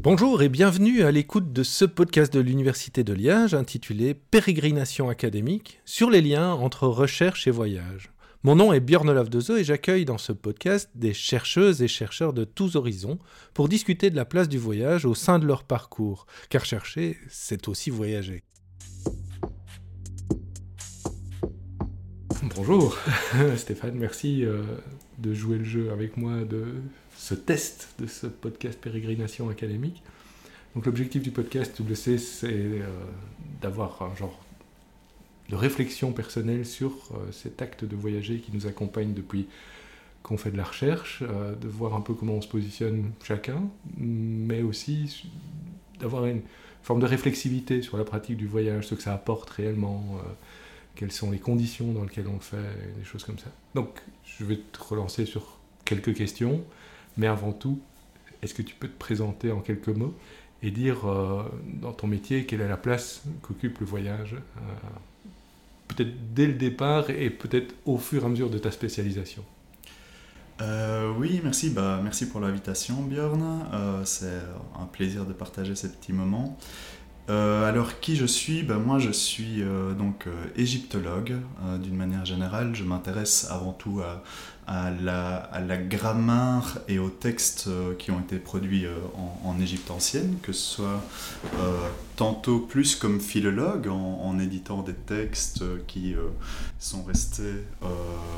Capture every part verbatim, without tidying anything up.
Bonjour et bienvenue à l'écoute de ce podcast de l'Université de Liège intitulé « Pérégrination académique » sur les liens entre recherche et voyage. Mon nom est Björn Olaf Dezo et j'accueille dans ce podcast des chercheuses et chercheurs de tous horizons pour discuter de la place du voyage au sein de leur parcours, car chercher, c'est aussi voyager. Bonjour Stéphane, merci euh, de jouer le jeu avec moi de ce test de ce podcast Pérégrination académique. Donc l'objectif du podcast, tu le sais, c'est euh, d'avoir un genre de réflexion personnelle sur euh, cet acte de voyager qui nous accompagne depuis qu'on fait de la recherche, euh, de voir un peu comment on se positionne chacun, mais aussi d'avoir une forme de réflexivité sur la pratique du voyage, ce que ça apporte réellement, euh, quelles sont les conditions dans lesquelles on le fait, des choses comme ça. Donc je vais te relancer sur quelques questions, mais avant tout, est-ce que tu peux te présenter en quelques mots et dire euh, dans ton métier quelle est la place qu'occupe le voyage, euh, peut-être dès le départ et peut-être au fur et à mesure de ta spécialisation. Euh, oui, merci, bah, merci pour l'invitation, Björn. Euh, c'est un plaisir de partager ces petits moments. Euh, alors, qui je suis? Ben, moi, je suis euh, donc euh, égyptologue. Euh, d'une manière générale, je m'intéresse avant tout à, à, la, à la grammaire et aux textes euh, qui ont été produits euh, en, en Égypte ancienne, que ce soit euh, tantôt plus comme philologue, en, en éditant des textes euh, qui euh, sont restés euh,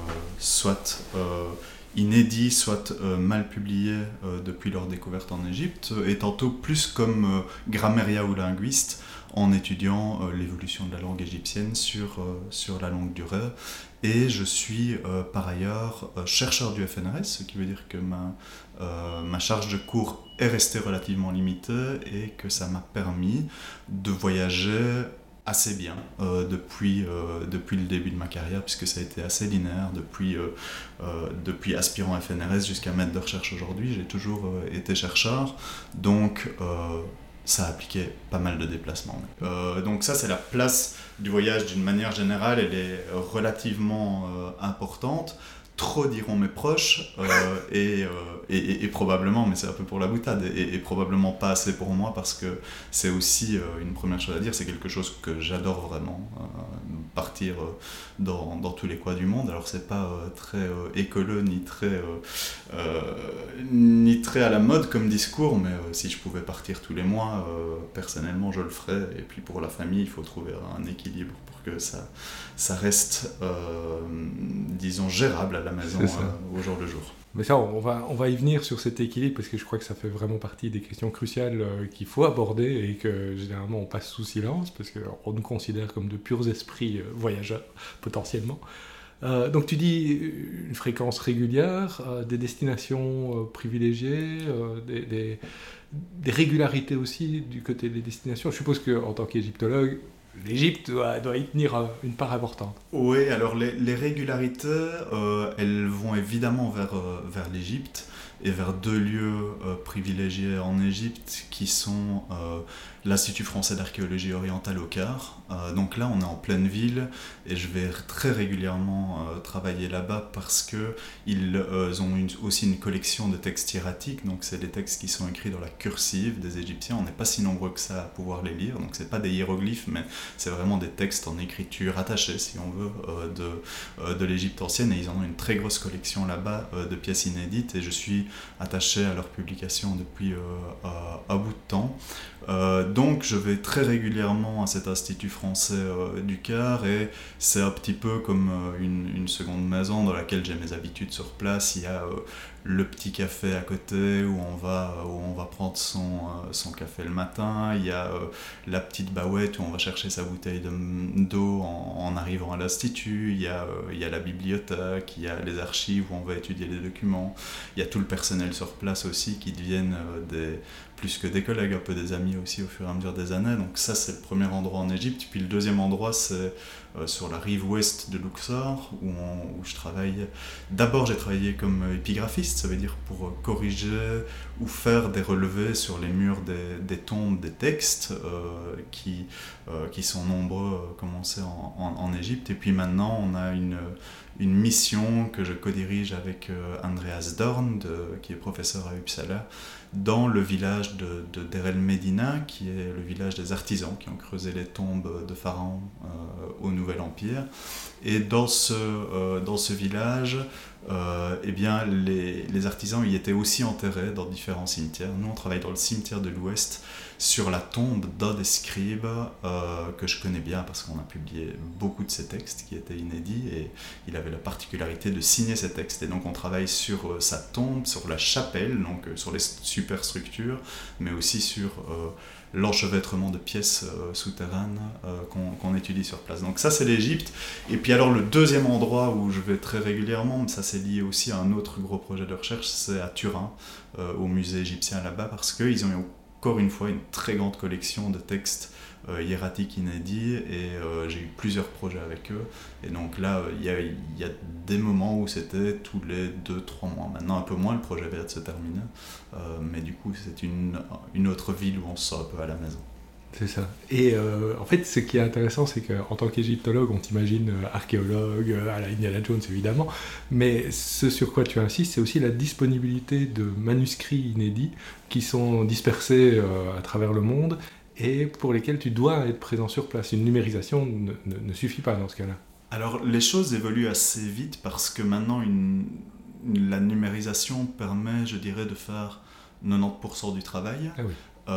soit euh, inédits, soit euh, mal publiés euh, depuis leur découverte en Égypte, et tantôt plus comme euh, grammaria ou linguiste, en étudiant euh, l'évolution de la langue égyptienne sur, euh, sur la longue durée. Et je suis euh, par ailleurs euh, chercheur du F N R S, ce qui veut dire que ma, euh, ma charge de cours est restée relativement limitée et que ça m'a permis de voyager assez bien euh, depuis, euh, depuis le début de ma carrière, puisque ça a été assez linéaire depuis, euh, euh, depuis aspirant F N R S jusqu'à maître de recherche aujourd'hui. J'ai toujours euh, été chercheur, donc euh, ça a appliqué pas mal de déplacements. Euh, donc ça, c'est la place du voyage d'une manière générale, elle est relativement euh, importante. Trop diront mes proches, euh, et, euh, et, et, et probablement, mais c'est un peu pour la boutade, et, et probablement pas assez pour moi, parce que c'est aussi euh, une première chose à dire, c'est quelque chose que j'adore vraiment, euh, partir euh, dans, dans tous les coins du monde. Alors c'est pas euh, très euh, écolo, ni très, euh, euh, ni très à la mode comme discours, mais euh, si je pouvais partir tous les mois, euh, personnellement je le ferais, et puis pour la famille, il faut trouver un équilibre pour que ça, ça reste, euh, disons, gérable à la maison euh, au jour le jour. Mais ça, on va, on va y venir sur cet équilibre, parce que je crois que ça fait vraiment partie des questions cruciales euh, qu'il faut aborder et que généralement on passe sous silence, parce qu'on nous considère comme de purs esprits euh, voyageurs, potentiellement. Euh, donc tu dis une fréquence régulière, euh, des destinations euh, privilégiées, euh, des, des, des régularités aussi du côté des destinations. Je suppose qu'en tant qu'égyptologue, l'Égypte doit, doit y tenir une part importante. Oui, alors les, les régularités, euh, elles vont évidemment vers, euh, vers l'Égypte et vers deux lieux euh, privilégiés en Égypte qui sont euh, l'Institut français d'archéologie orientale au Caire. Euh, donc là, on est en pleine ville et je vais très régulièrement euh, travailler là-bas parce qu'ils euh, ont une, aussi une collection de textes hiératiques. Donc c'est des textes qui sont écrits dans la cursive des Égyptiens. On n'est pas si nombreux que ça à pouvoir les lire. Donc c'est pas des hiéroglyphes, mais c'est vraiment des textes en écriture attachés, si on veut, euh, de, euh, de l'Égypte ancienne. Et ils en ont une très grosse collection là-bas euh, de pièces inédites. Et je suis attaché à leur publication depuis euh, à, à bout de temps. Euh, donc je vais très régulièrement à cet institut français euh, du Caire et c'est un petit peu comme euh, une, une seconde maison dans laquelle j'ai mes habitudes sur place. Il y a euh, le petit café à côté où on va, où on va prendre son, euh, son café le matin. Il y a euh, la petite bouette où on va chercher sa bouteille de, d'eau en, en arrivant à l'institut. Il y a, euh, il y a la bibliothèque, il y a les archives où on va étudier les documents. Il y a tout le personnel sur place aussi qui deviennent euh, des, plus que des collègues, un peu des amis aussi au fur et à mesure des années. Donc ça, c'est le premier endroit en Égypte. Puis le deuxième endroit, c'est euh, sur la rive ouest de Luxor, où, on, où je travaille. D'abord, j'ai travaillé comme épigraphiste, ça veut dire pour corriger ou faire des relevés sur les murs des, des tombes, des textes euh, qui, euh, qui sont nombreux, euh, comme on sait, en, en, en Égypte. Et puis maintenant, on a une, une mission que je co-dirige avec euh, Andreas Dorn, de, qui est professeur à Uppsala, dans le village de, de Der El Medina, qui est le village des artisans qui ont creusé les tombes de pharaons euh, au Nouvel Empire. Et dans ce, euh, dans ce village, euh, eh bien, les, les artisans y étaient aussi enterrés dans différents cimetières. Nous, on travaille dans le cimetière de l'Ouest, sur la tombe d'un des scribes euh, que je connais bien parce qu'on a publié beaucoup de ses textes qui étaient inédits et il avait la particularité de signer ses textes. Et donc on travaille sur euh, sa tombe, sur la chapelle, donc euh, sur les superstructures, mais aussi sur euh, l'enchevêtrement de pièces euh, souterraines euh, qu'on, qu'on étudie sur place. Donc ça c'est l'Égypte. Et puis alors le deuxième endroit où je vais très régulièrement, mais ça c'est lié aussi à un autre gros projet de recherche, c'est à Turin, euh, au musée égyptien là-bas, parce qu'ils ont encore une fois une très grande collection de textes euh, hiératiques inédits et euh, j'ai eu plusieurs projets avec eux. Et donc là, il y a, y a des moments où c'était tous les deux trois mois. Maintenant un peu moins, le projet vient de se terminer. Euh, mais du coup, c'est une, une autre ville où on se sent un peu à la maison. C'est ça. Et euh, en fait, ce qui est intéressant, c'est qu'en tant qu'égyptologue, on t'imagine euh, archéologue, euh, à la Indiana Jones évidemment, mais ce sur quoi tu insistes, c'est aussi la disponibilité de manuscrits inédits qui sont dispersés euh, à travers le monde et pour lesquels tu dois être présent sur place. Une numérisation ne, ne, ne suffit pas dans ce cas-là. Alors, les choses évoluent assez vite parce que maintenant, une, la numérisation permet, je dirais, de faire quatre-vingt-dix pour cent du travail. Ah oui.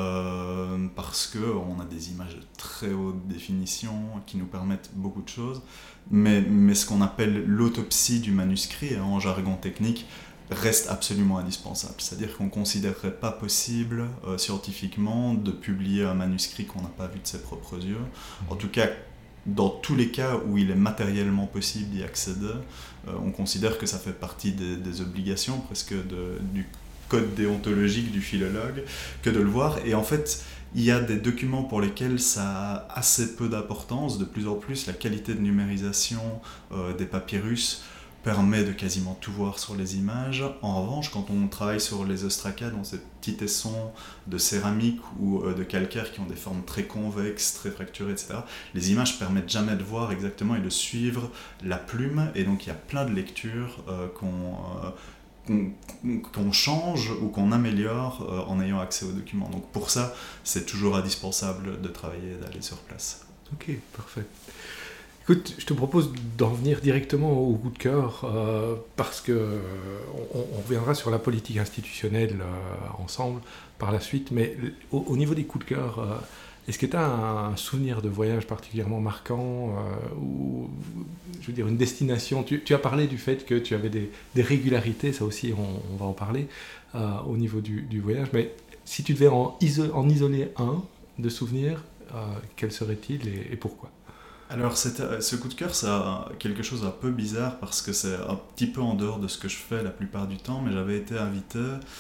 Euh, parce qu'on a des images de très haute définition qui nous permettent beaucoup de choses, mais, mais ce qu'on appelle l'autopsie du manuscrit, hein, en jargon technique, reste absolument indispensable. C'est-à-dire qu'on ne considérerait pas possible euh, scientifiquement de publier un manuscrit qu'on n'a pas vu de ses propres yeux. En tout cas, dans tous les cas où il est matériellement possible d'y accéder, euh, on considère que ça fait partie des, des obligations presque de, du code déontologique du philologue que de le voir. Et en fait, il y a des documents pour lesquels ça a assez peu d'importance. De plus en plus, la qualité de numérisation euh, des papyrus permet de quasiment tout voir sur les images. En revanche, quand on travaille sur les ostracas, donc ces petits tessons de céramique ou euh, de calcaire qui ont des formes très convexes, très fracturées, et cetera, les images permettent jamais de voir exactement et de suivre la plume. Et donc, il y a plein de lectures euh, qu'on... Euh, Qu'on, qu'on change ou qu'on améliore euh, en ayant accès aux documents. Donc pour ça, c'est toujours indispensable de travailler et d'aller sur place. Ok, parfait. Écoute, je te propose d'en venir directement au coup de cœur, euh, parce que euh, on, on reviendra sur la politique institutionnelle euh, ensemble par la suite, mais au, au niveau des coups de cœur, euh, est-ce que tu as un souvenir de voyage particulièrement marquant euh, ou, je veux dire, une destination? Tu, tu as parlé du fait que tu avais des, des régularités, ça aussi on, on va en parler, euh, au niveau du, du voyage, mais si tu devais en, iso- en isoler un de souvenir, euh, quel serait-il et, et pourquoi? Alors c'était, ce coup de cœur, c'est quelque chose d'un peu bizarre parce que c'est un petit peu en dehors de ce que je fais la plupart du temps, mais j'avais été invité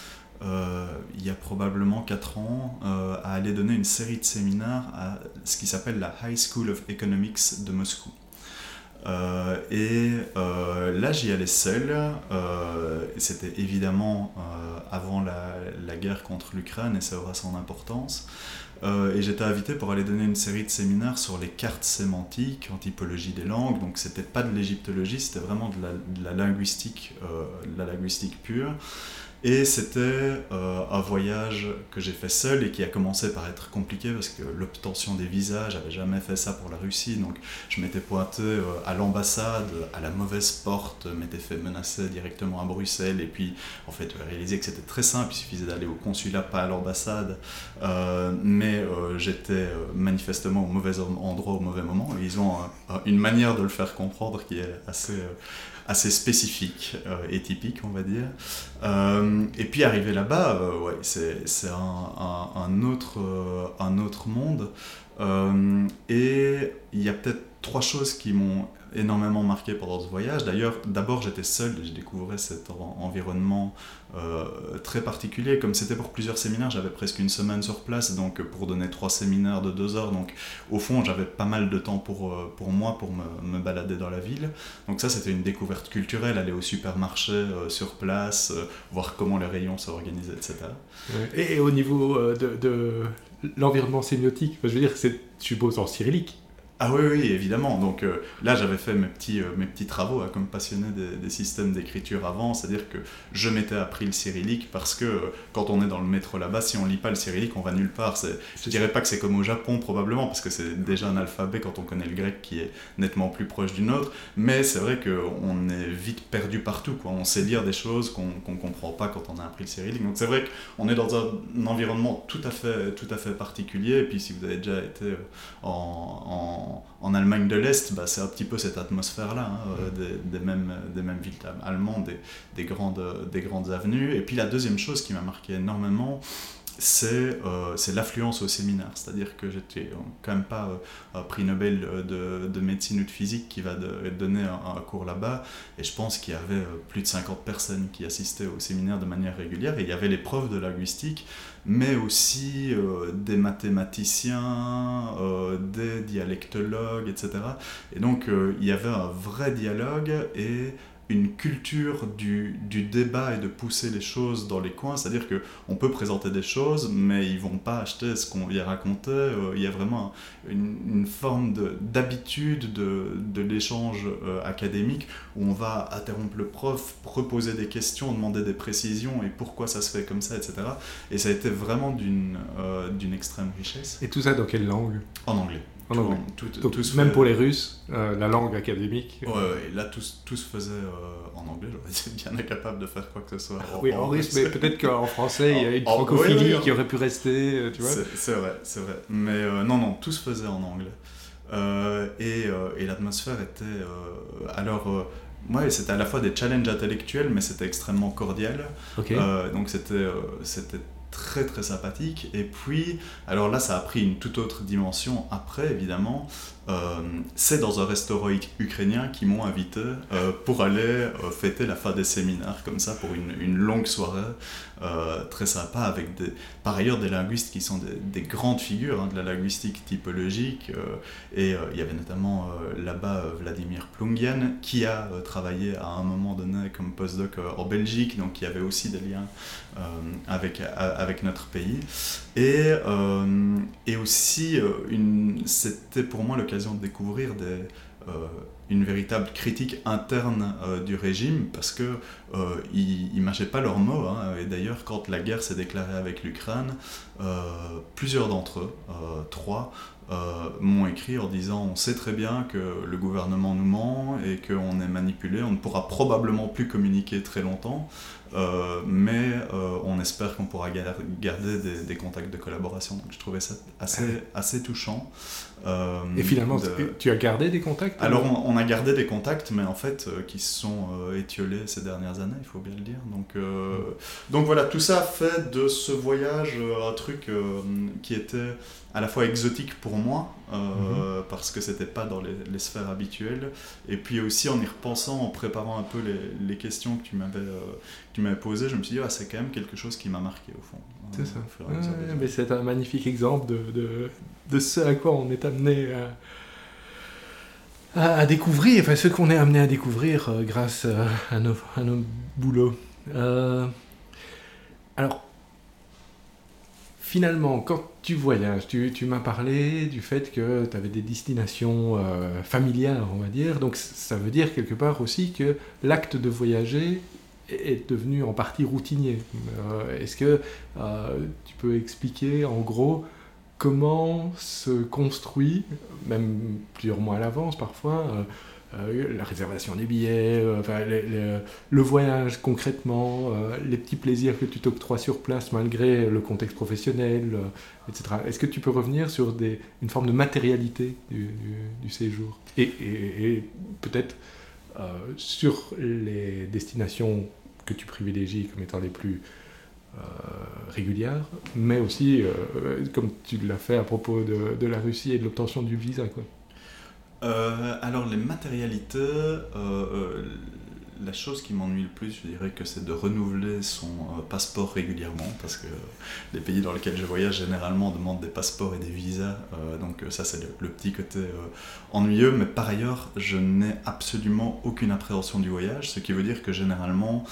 Euh, il y a probablement quatre ans, euh, à aller donner une série de séminaires à ce qui s'appelle la High School of Economics de Moscou. Euh, et euh, là, j'y allais seul. Euh, c'était évidemment euh, avant la, la guerre contre l'Ukraine, et ça aura son importance. Euh, et j'étais invité pour aller donner une série de séminaires sur les cartes sémantiques en typologie des langues. Donc c'était pas de l'égyptologie, c'était vraiment de la, de la linguistique, euh, de la linguistique pure. Et c'était euh, un voyage que j'ai fait seul et qui a commencé par être compliqué parce que l'obtention des visas, j'avais jamais fait ça pour la Russie, donc je m'étais pointé euh, à l'ambassade, à la mauvaise porte, m'étais fait menacer directement à Bruxelles, et puis en fait réalisé que c'était très simple, il suffisait d'aller au consulat, pas à l'ambassade, euh, mais euh, j'étais manifestement au mauvais endroit au mauvais moment, et ils ont euh, une manière de le faire comprendre qui est assez... Euh, assez spécifique euh, et typique, on va dire. Euh, et puis arrivé là-bas, euh, ouais, c'est, c'est un, un, un, autre, euh, un autre monde. Euh, et il y a peut-être trois choses qui m'ont énormément marqué pendant ce voyage. D'ailleurs, d'abord j'étais seul, j'ai découvert cet en- environnement euh, très particulier. Comme c'était pour plusieurs séminaires, j'avais presque une semaine sur place, donc pour donner trois séminaires de deux heures. Donc au fond, j'avais pas mal de temps pour, pour moi, pour me, me balader dans la ville. Donc ça, c'était une découverte culturelle, aller au supermarché euh, sur place, euh, voir comment les rayons s'organisaient, et cetera. Et, et au niveau euh, de, de l'environnement sémiotique, je veux dire, c'est, je suppose, en cyrillique. Ah oui, oui, évidemment. Donc euh, là, j'avais fait mes petits, euh, mes petits travaux, hein, comme passionné des, des systèmes d'écriture avant, c'est-à-dire que je m'étais appris le cyrillique parce que euh, quand on est dans le métro là-bas, si on lit pas le cyrillique, on va nulle part. C'est, je dirais pas que c'est comme au Japon, probablement, parce que c'est déjà un alphabet quand on connaît le grec qui est nettement plus proche du nôtre, mais c'est vrai qu'on est vite perdu partout, quoi. On sait lire des choses qu'on qu'on comprend pas quand on a appris le cyrillique. Donc c'est vrai qu'on est dans un, un environnement tout à fait, tout à fait particulier, et puis si vous avez déjà été euh, en, en En Allemagne de l'Est, bah, c'est un petit peu cette atmosphère-là, hein, euh, des, des, mêmes, des mêmes villes allemandes, des, des, grandes, des grandes avenues. Et puis la deuxième chose qui m'a marqué énormément, c'est, euh, c'est l'affluence au séminaire. C'est-à-dire que j'étais quand même pas euh, prix Nobel de, de médecine ou de physique qui va de, donner un, un cours là-bas. Et je pense qu'il y avait plus de cinquante personnes qui assistaient au séminaire de manière régulière. Et il y avait les profs de linguistique, mais aussi euh, des mathématiciens, euh, des dialectologues, et cetera. Et donc euh, il y avait un vrai dialogue et une culture du, du débat et de pousser les choses dans les coins, c'est-à-dire qu'on peut présenter des choses, mais ils ne vont pas acheter ce qu'on vient raconter. Euh, il y a vraiment une, une forme de, d'habitude de, de l'échange euh, académique où on va interrompre le prof, reposer des questions, demander des précisions et pourquoi ça se fait comme ça, et cetera. Et ça a été vraiment d'une, euh, d'une extrême richesse. Et tout ça dans quelle langue ? En anglais. En anglais. Tout, tout, Donc, tout même fait... pour les Russes, euh, la langue académique. Ouais, ouais, là tout, tout se faisait euh, en anglais. J'aurais été bien incapable de faire quoi que ce soit. En, oui, en, en russe, mais peut-être qu'en français, il y a une en, francophilie oui, oui, qui aurait pu rester, tu vois. C'est, c'est vrai, c'est vrai. Mais euh, non, non, tout se faisait en anglais. Euh, et, euh, et l'atmosphère était. Euh, alors. Euh, Ouais, c'était à la fois des challenges intellectuels, mais c'était extrêmement cordial. Okay. Euh, donc c'était, euh, c'était très très sympathique. Et puis, alors là, ça a pris une toute autre dimension après, évidemment. Euh, c'est dans un restaurant ukrainien qui m'ont invité euh, pour aller euh, fêter la fin des séminaires, comme ça, pour une, une longue soirée euh, très sympa, avec des, par ailleurs des linguistes qui sont des, des grandes figures hein, de la linguistique typologique. Euh, et euh, il y avait notamment euh, là-bas euh, Vladimir Plungian, qui a euh, travaillé à un moment donné comme postdoc euh, en Belgique, donc il y avait aussi des liens euh, avec, à, avec notre pays. Et, euh, et aussi, euh, une, c'était pour moi l'occasion de découvrir des, euh, une véritable critique interne euh, du régime, parce qu'ils euh, ne mâchaient pas leurs mots. Hein, et d'ailleurs, quand la guerre s'est déclarée avec l'Ukraine, euh, plusieurs d'entre eux, euh, trois, Euh, m'ont écrit en disant on sait très bien que le gouvernement nous ment et qu'on est manipulé, on ne pourra probablement plus communiquer très longtemps, euh, mais euh, on espère qu'on pourra gar- garder des, des contacts de collaboration. Donc je trouvais ça assez, assez touchant. Euh, et finalement, de... tu as gardé des contacts ? Alors on, on a gardé des contacts, mais en fait euh, qui se sont euh, étiolés ces dernières années, il faut bien le dire. Donc, euh, mmh. donc voilà, tout ça fait de ce voyage euh, un truc euh, qui était à la fois exotique pour moi, euh, mmh. parce que c'était pas dans les, les sphères habituelles, et puis aussi en y repensant, en préparant un peu les, les questions que tu m'avais, euh, que tu m'avais posées, je me suis dit ah, c'est quand même quelque chose qui m'a marqué au fond. C'est ça. Euh, ouais, mais c'est un magnifique exemple de, de, de ce à quoi on est amené à, à, à découvrir, enfin ce qu'on est amené à découvrir euh, grâce euh, à, nos, à nos boulots. Euh, alors, finalement, quand tu voyages, tu, tu m'as parlé du fait que tu avais des destinations euh, familières, on va dire, donc ça veut dire quelque part aussi que l'acte de voyager est devenu en partie routinier. Euh, est-ce que euh, tu peux expliquer en gros comment se construit, même plusieurs mois à l'avance parfois, euh, euh, la réservation des billets, euh, enfin, les, les, le voyage concrètement, euh, les petits plaisirs que tu t'octroies sur place malgré le contexte professionnel, euh, et cetera. Est-ce que tu peux revenir sur des, une forme de matérialité du, du, du séjour et, et, et peut-être euh, sur les destinations que tu privilégies comme étant les plus euh, régulières, mais aussi, euh, comme tu l'as fait à propos de, de la Russie et de l'obtention du visa, quoi. Euh, alors, les matérialités, euh, euh, la chose qui m'ennuie le plus, je dirais que c'est de renouveler son euh, passeport régulièrement, parce que les pays dans lesquels je voyage, généralement, demandent des passeports et des visas, euh, donc ça, c'est le, le petit côté euh, ennuyeux, mais par ailleurs, je n'ai absolument aucune appréhension du voyage, ce qui veut dire que généralement,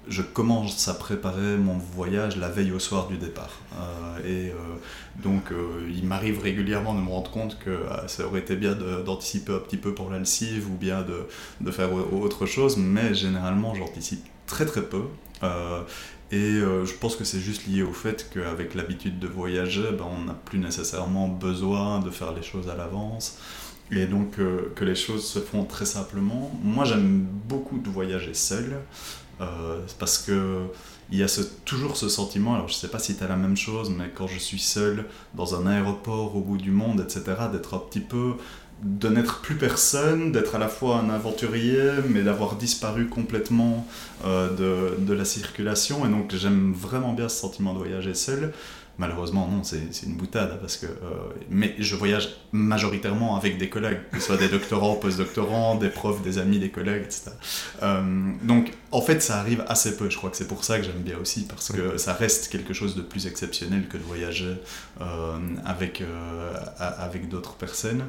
je commence à préparer mon voyage la veille au soir du départ. Euh, et euh, donc euh, il m'arrive régulièrement de me rendre compte que euh, ça aurait été bien de, d'anticiper un petit peu pour la lessive ou bien de, de faire autre chose, mais généralement j'anticipe très très peu. Euh, et euh, je pense que c'est juste lié au fait qu'avec l'habitude de voyager, ben, on n'a plus nécessairement besoin de faire les choses à l'avance. Et donc euh, que les choses se font très simplement. Moi j'aime beaucoup de voyager seul, euh, parce que il y a ce, toujours ce sentiment, alors je sais pas si tu as la même chose, mais quand je suis seul dans un aéroport au bout du monde, et cetera, d'être un petit peu, de n'être plus personne, d'être à la fois un aventurier, mais d'avoir disparu complètement euh, de, de la circulation, et donc j'aime vraiment bien ce sentiment de voyager seul. Malheureusement, non, c'est, c'est une boutade, parce que, euh, mais je voyage majoritairement avec des collègues, que ce soit des doctorants, post-doctorants, des profs, des amis, des collègues, et cetera. Euh, donc, en fait, ça arrive assez peu. Je crois que c'est pour ça que j'aime bien aussi, parce que ça reste quelque chose de plus exceptionnel que de voyager euh, avec, euh, avec d'autres personnes.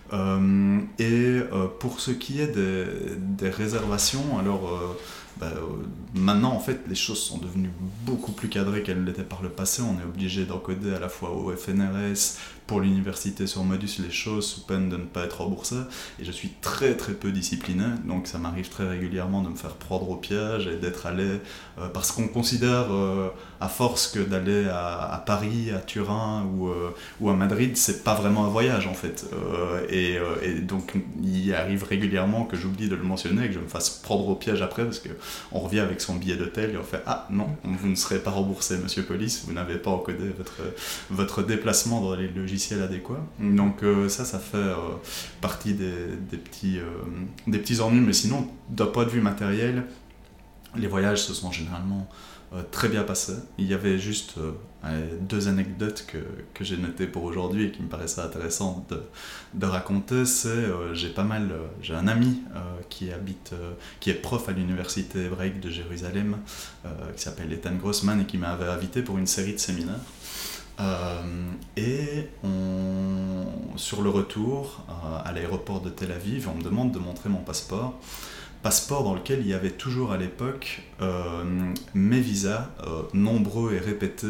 Euh, et euh, pour ce qui est des, des réservations, alors... Euh, Bah, euh, maintenant, en fait, les choses sont devenues beaucoup plus cadrées qu'elles l'étaient par le passé. On est obligé d'encoder à la fois au F N R S, pour l'université sur Modus, les choses sous peine de ne pas être remboursé. Et je suis très très peu discipliné, donc ça m'arrive très régulièrement de me faire prendre au piège et d'être allé, euh, parce qu'on considère, euh, à force que d'aller à, à Paris, à Turin ou, euh, ou à Madrid, c'est pas vraiment un voyage en fait. Euh, et, euh, et donc il arrive régulièrement que j'oublie de le mentionner et que je me fasse prendre au piège après, parce que on revient avec son billet d'hôtel et on fait « Ah non, vous ne serez pas remboursé, monsieur police, vous n'avez pas encodé votre, votre déplacement dans les logiciels adéquats. » Donc euh, ça, ça fait euh, partie des, des, petits, euh, des petits ennuis, mais sinon, d'un point de vue matériel, les voyages se sont généralement euh, très bien passés. Il y avait juste euh, deux anecdotes que, que j'ai notées pour aujourd'hui et qui me paraissaient intéressantes de, de raconter. C'est euh, j'ai pas mal, euh, j'ai un ami euh, qui habite, euh, qui est prof à l'université hébraïque de Jérusalem, euh, qui s'appelle Ethan Grossman et qui m'avait invité pour une série de séminaires. Euh, et on, sur le retour euh, à l'aéroport de Tel Aviv, on me demande de montrer mon passeport. Passeport dans lequel il y avait toujours à l'époque euh, mes visas, euh, nombreux et répétés,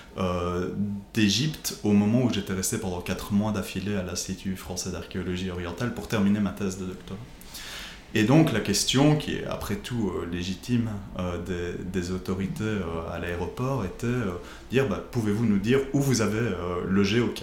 euh, d'Égypte, au moment où j'étais resté pendant quatre mois d'affilée à l'Institut français d'archéologie orientale pour terminer ma thèse de doctorat. Et donc la question, qui est après tout euh, légitime euh, des, des autorités euh, à l'aéroport, était euh, dire bah, pouvez-vous nous dire où vous avez euh, logé au Caire ?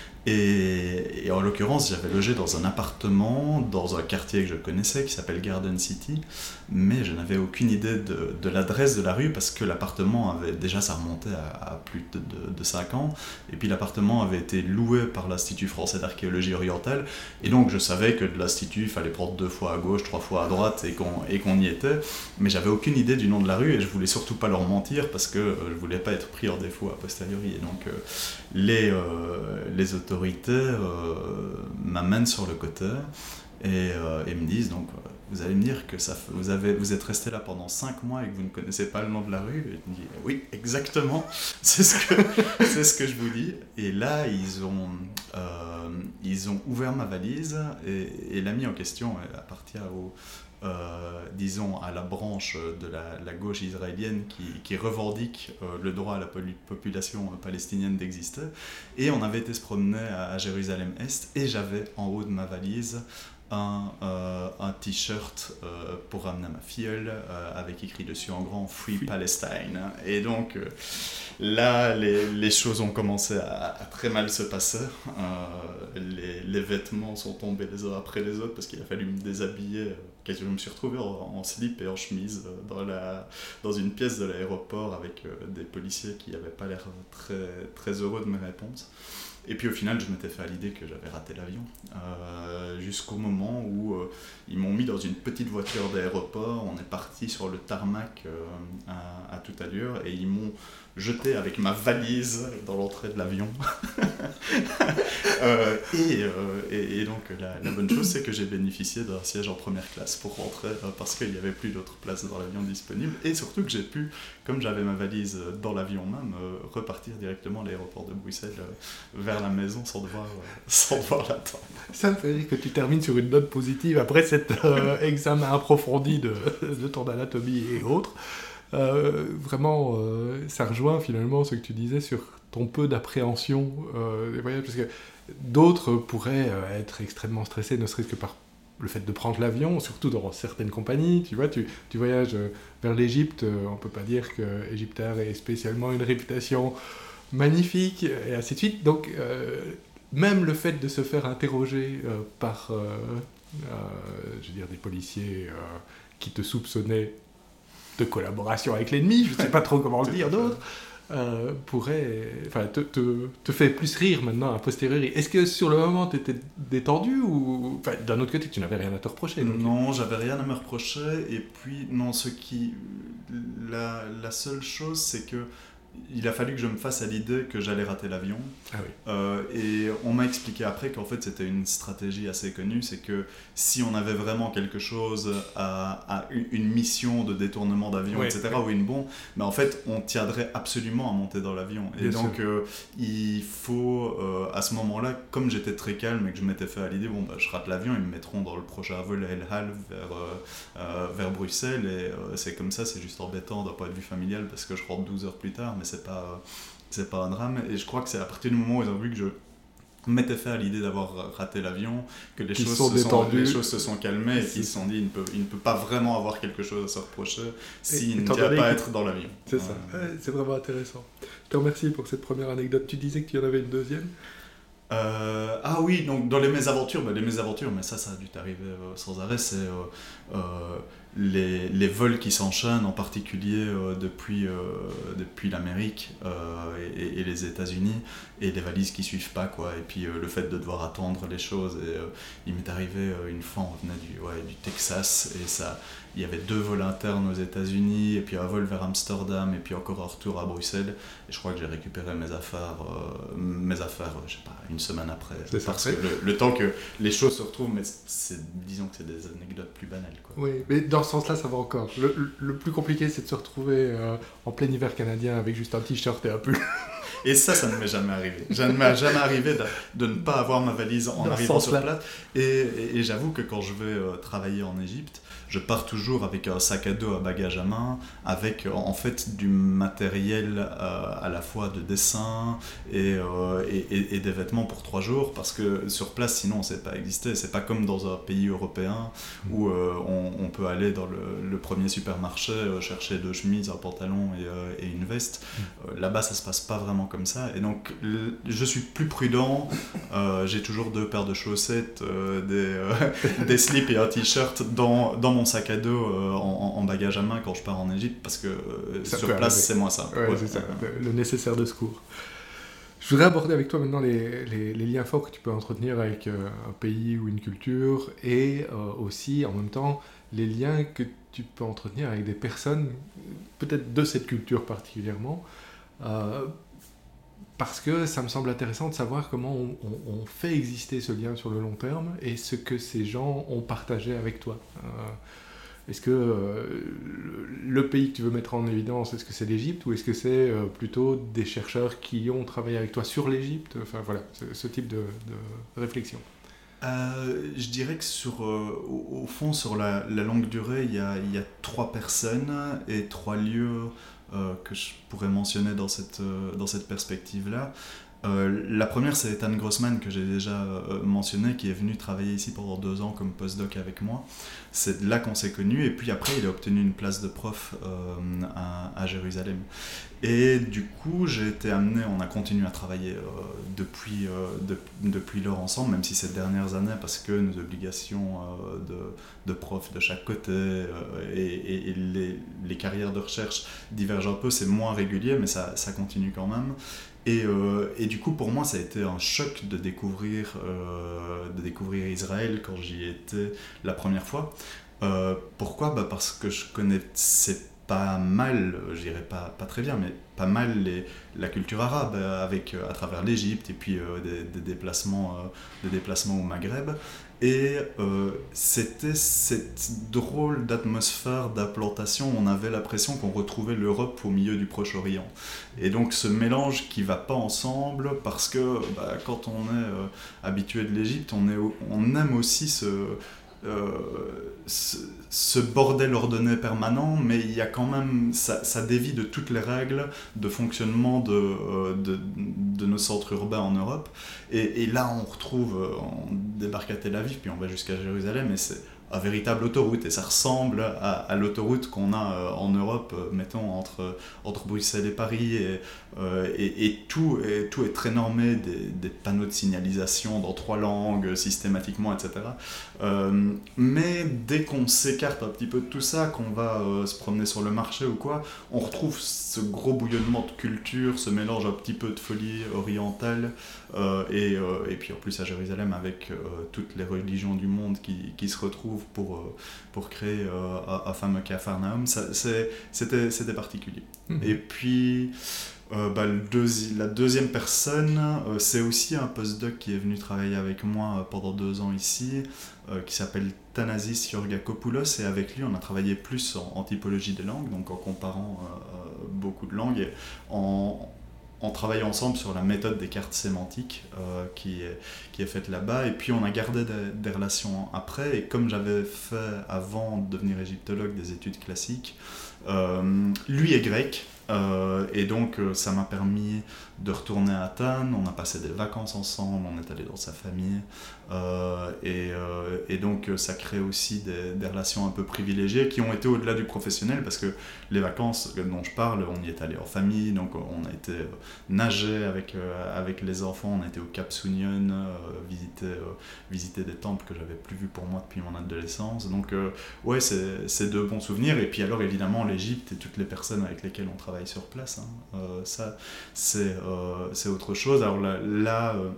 Et, et en l'occurrence, j'avais logé dans un appartement, dans un quartier que je connaissais, qui s'appelle Garden City, mais je n'avais aucune idée de, de l'adresse de la rue, parce que l'appartement avait, déjà ça remontait à, à plus de, de, de cinq ans, et puis l'appartement avait été loué par l'Institut français d'archéologie orientale, et donc je savais que de l'Institut, il fallait prendre deux fois à gauche, trois fois à droite, et qu'on, et qu'on y était, mais j'avais aucune idée du nom de la rue, et je voulais surtout pas leur mentir, parce que euh, je voulais pas être pris en défaut a posteriori, et donc euh, les, euh, les autorités autorités euh, m'amènent sur le côté et, euh, et me disent donc vous allez me dire que ça, vous, avez, vous êtes resté là pendant cinq mois et que vous ne connaissez pas le nom de la rue. Et je me dis oui, exactement, c'est ce que, c'est ce que je vous dis. Et là ils ont, euh, ils ont ouvert ma valise et, et l'ami en question appartient au Euh, disons à la branche de la, la gauche israélienne qui, qui revendique euh, le droit à la population palestinienne d'exister, et on avait été se promener à, à Jérusalem-Est et j'avais en haut de ma valise un, euh, un t-shirt euh, pour ramener à ma filleule euh, avec écrit dessus en grand Free Palestine, et donc euh, là les, les choses ont commencé à, à très mal se passer. euh, les, les vêtements sont tombés les uns après les autres parce qu'il a fallu me déshabiller. Je me suis retrouvé en, en slip et en chemise dans, la, dans une pièce de l'aéroport avec euh, des policiers qui n'avaient pas l'air très, très heureux de mes réponses. Et puis au final, je m'étais fait à l'idée que j'avais raté l'avion, euh, jusqu'au moment où euh, ils m'ont mis dans une petite voiture d'aéroport, on est parti sur le tarmac euh, à, à toute allure, et ils m'ont jeté avec ma valise dans l'entrée de l'avion. euh, et, euh, et, et donc la, la bonne chose, c'est que j'ai bénéficié d'un siège en première classe pour rentrer, euh, parce qu'il n'y avait plus d'autres places dans l'avion disponibles, et surtout que j'ai pu, comme j'avais ma valise dans l'avion même, euh, repartir directement à l'aéroport de Bruxelles euh, vers la maison sans devoir, euh, sans devoir l'attendre. Ça fait rire que tu termines sur une note positive après cet euh, examen approfondi de, de ton anatomie et autres. euh, vraiment, euh, ça rejoint finalement ce que tu disais sur ton peu d'appréhension euh, des voyages, parce que d'autres pourraient euh, être extrêmement stressés, ne serait-ce que par le fait de prendre l'avion, surtout dans certaines compagnies. Tu vois, tu, tu voyages euh, vers l'Égypte, euh, on ne peut pas dire que Egyptair ait spécialement une réputation magnifique, et ainsi de suite. Donc, euh, même le fait de se faire interroger euh, par, euh, euh, je veux dire, des policiers euh, qui te soupçonnaient de collaboration avec l'ennemi, je ne sais pas trop comment le dire d'autre, euh, pourrait, enfin, te, te, te fait plus rire maintenant a posteriori. Est-ce que sur le moment tu étais détendu ou, enfin, d'un autre côté tu n'avais rien à te reprocher? Donc... Non, j'avais rien à me reprocher. Et puis non, ce qui, la, la seule chose, c'est que il a fallu que je me fasse à l'idée que j'allais rater l'avion. Ah oui. Euh, et on m'a expliqué après qu'en fait c'était une stratégie assez connue, c'est que si on avait vraiment quelque chose à, à une mission de détournement d'avion, ouais, et cetera, ouais. ou une bombe, mais en fait on tiendrait absolument à monter dans l'avion. Et Bien donc euh, il faut, euh, à ce moment-là, comme j'étais très calme et que je m'étais fait à l'idée, bon bah je rate l'avion, ils me mettront dans le prochain vol à El Hal vers, euh, euh, vers Bruxelles, et euh, c'est comme ça, c'est juste embêtant d'un point de vue familial parce que je rentre douze heures plus tard, mais c'est pas, c'est pas un drame. Et je crois que c'est à partir du moment où ils ont vu que je m'étais fait à l'idée d'avoir raté l'avion, que les, choses se, sont, les choses se sont calmées et qu'ils se sont dit il ne, peut, il ne peut pas vraiment avoir quelque chose à se reprocher s'il ne tient pas à être dans l'avion. C'est ça, ouais, c'est vraiment intéressant. Je te remercie pour cette première anecdote. Tu disais qu'il y en avait une deuxième? Euh, ah oui, donc dans les mésaventures, bah les mésaventures, mais ça, ça a dû t'arriver euh, sans arrêt, c'est euh, euh, les, les vols qui s'enchaînent, en particulier euh, depuis, euh, depuis l'Amérique euh, et, et les États-Unis, et les valises qui suivent pas, quoi. Et puis euh, le fait de devoir attendre les choses. Et, euh, il m'est arrivé euh, une fois, on venait du, ouais, du Texas, et ça, il y avait deux vols internes aux États-Unis, et puis un vol vers Amsterdam, et puis encore un retour à Bruxelles. Et je crois que j'ai récupéré mes affaires, euh, mes affaires, euh, je sais pas, une semaine après. C'est parce ça. que le, le temps que les choses se retrouvent, mais c'est, disons que c'est des anecdotes plus banales, quoi. Oui, mais dans ce sens-là, ça va encore. Le, le, le plus compliqué, c'est de se retrouver euh, en plein hiver canadien avec juste un t-shirt et un pull. Et ça, ça ne m'est jamais arrivé. Ça ne m'est jamais arrivé de, de ne pas avoir ma valise en dans arrivant sur là. place. Et, et, et j'avoue que quand je vais euh, travailler en Égypte, je pars toujours avec un sac à dos à bagages à main, avec en fait du matériel euh, à la fois de dessin et, euh, et, et, et des vêtements pour trois jours, parce que sur place, sinon, on ne sait pas exister. C'est pas comme dans un pays européen où euh, on, on peut aller dans le, le premier supermarché euh, chercher deux chemises, un pantalon et, euh, et une veste. Euh, là-bas, ça se passe pas vraiment comme ça. Et donc, le, je suis plus prudent. Euh, j'ai toujours deux paires de chaussettes, euh, des, euh, des slips et un t-shirt dans, dans mon sac à dos euh, en, en bagage à main quand je pars en Égypte, parce que euh, sur place, arriver. C'est moins ça. Ouais, ouais, c'est ça, le, le nécessaire de secours. Je voudrais aborder avec toi maintenant les, les, les liens forts que tu peux entretenir avec euh, un pays ou une culture, et euh, aussi, en même temps, les liens que tu peux entretenir avec des personnes, peut-être de cette culture particulièrement, euh, parce que ça me semble intéressant de savoir comment on, on, on fait exister ce lien sur le long terme et ce que ces gens ont partagé avec toi. Euh, est-ce que euh, le pays que tu veux mettre en évidence, est-ce que c'est l'Égypte ou est-ce que c'est euh, plutôt des chercheurs qui ont travaillé avec toi sur l'Égypte? Enfin voilà, ce, ce type de, de réflexion. Euh, je dirais que sur, euh, au, au fond, sur la, la longue durée, il y a, il y a trois personnes et trois lieux euh, que je pourrais mentionner dans cette, euh, dans cette perspective-là. Euh, la première, c'est Ethan Grossman, que j'ai déjà euh, mentionné, qui est venu travailler ici pendant deux ans comme postdoc avec moi. C'est là qu'on s'est connus, et puis après, il a obtenu une place de prof euh, à, à Jérusalem. Et du coup, j'ai été amené, on a continué à travailler euh, depuis, euh, de, depuis lors ensemble, même si ces dernières années, parce que nos obligations euh, de, de prof de chaque côté euh, et, et, et les, les carrières de recherche divergent un peu, c'est moins régulier, mais ça, ça continue quand même. Et, euh, et du coup, pour moi, ça a été un choc de découvrir, euh, de découvrir Israël quand j'y étais la première fois. Euh, pourquoi ? Bah parce que je connaissais pas mal, je dirais pas, pas très bien, mais pas mal les, la culture arabe, avec, à travers l'Égypte et puis euh, des, des, déplacements, euh, des déplacements au Maghreb. Et euh, c'était cette drôle d'atmosphère d'implantation, on avait l'impression qu'on retrouvait l'Europe au milieu du Proche-Orient. Et donc ce mélange qui ne va pas ensemble, parce que bah, quand on est euh, habitué de l'Égypte, on, est, on aime aussi ce... euh, ce, ce bordel ordonné permanent, mais il y a quand même, ça, ça dévie de toutes les règles de fonctionnement de, euh, de, de nos centres urbains en Europe. Et, et là, on retrouve, on débarque à Tel Aviv, puis on va jusqu'à Jérusalem, et c'est une véritable autoroute, et ça ressemble à, à l'autoroute qu'on a euh, en Europe, euh, mettons, entre, entre Bruxelles et Paris, et, euh, et, et, tout, et tout est très normé, des, des panneaux de signalisation dans trois langues, systématiquement, et cetera. Euh, mais dès qu'on s'écarte un petit peu de tout ça, qu'on va euh, se promener sur le marché ou quoi, on retrouve ce gros bouillonnement de culture, ce mélange un petit peu de folie orientale, euh, et, euh, et puis en plus à Jérusalem avec euh, toutes les religions du monde qui, qui se retrouvent pour, euh, pour créer euh, un, un fameux Capharnaüm. Ça, c'est, c'était, c'était particulier. Mmh. Et puis euh, bah, le deuxi- la deuxième personne, euh, c'est aussi un postdoc qui est venu travailler avec moi euh, pendant deux ans ici, euh, qui s'appelle Thanasis Georgakopoulos, et avec lui on a travaillé plus en, en typologie des langues, donc en comparant euh, beaucoup de langues, et en on travaille ensemble sur la méthode des cartes sémantiques euh, qui, est, qui est faite là-bas, et puis on a gardé des, des relations après, et comme j'avais fait avant de devenir égyptologue des études classiques, euh, lui est grec, euh, et donc euh, ça m'a permis de retourner à Athènes, on a passé des vacances ensemble, on est allé dans sa famille, euh, et, euh, et donc ça crée aussi des, des relations un peu privilégiées qui ont été au-delà du professionnel, parce que les vacances dont je parle, on y est allé en famille, donc on a été nager avec, euh, avec les enfants, on a été au Cap Sunion, euh, visiter, euh, visiter des temples que j'avais plus vus pour moi depuis mon adolescence, donc euh, ouais, c'est, c'est de bons souvenirs. Et puis alors évidemment l'Égypte et toutes les personnes avec lesquelles on travaille sur place, hein, euh, ça c'est, euh, c'est autre chose. Alors là, là euh,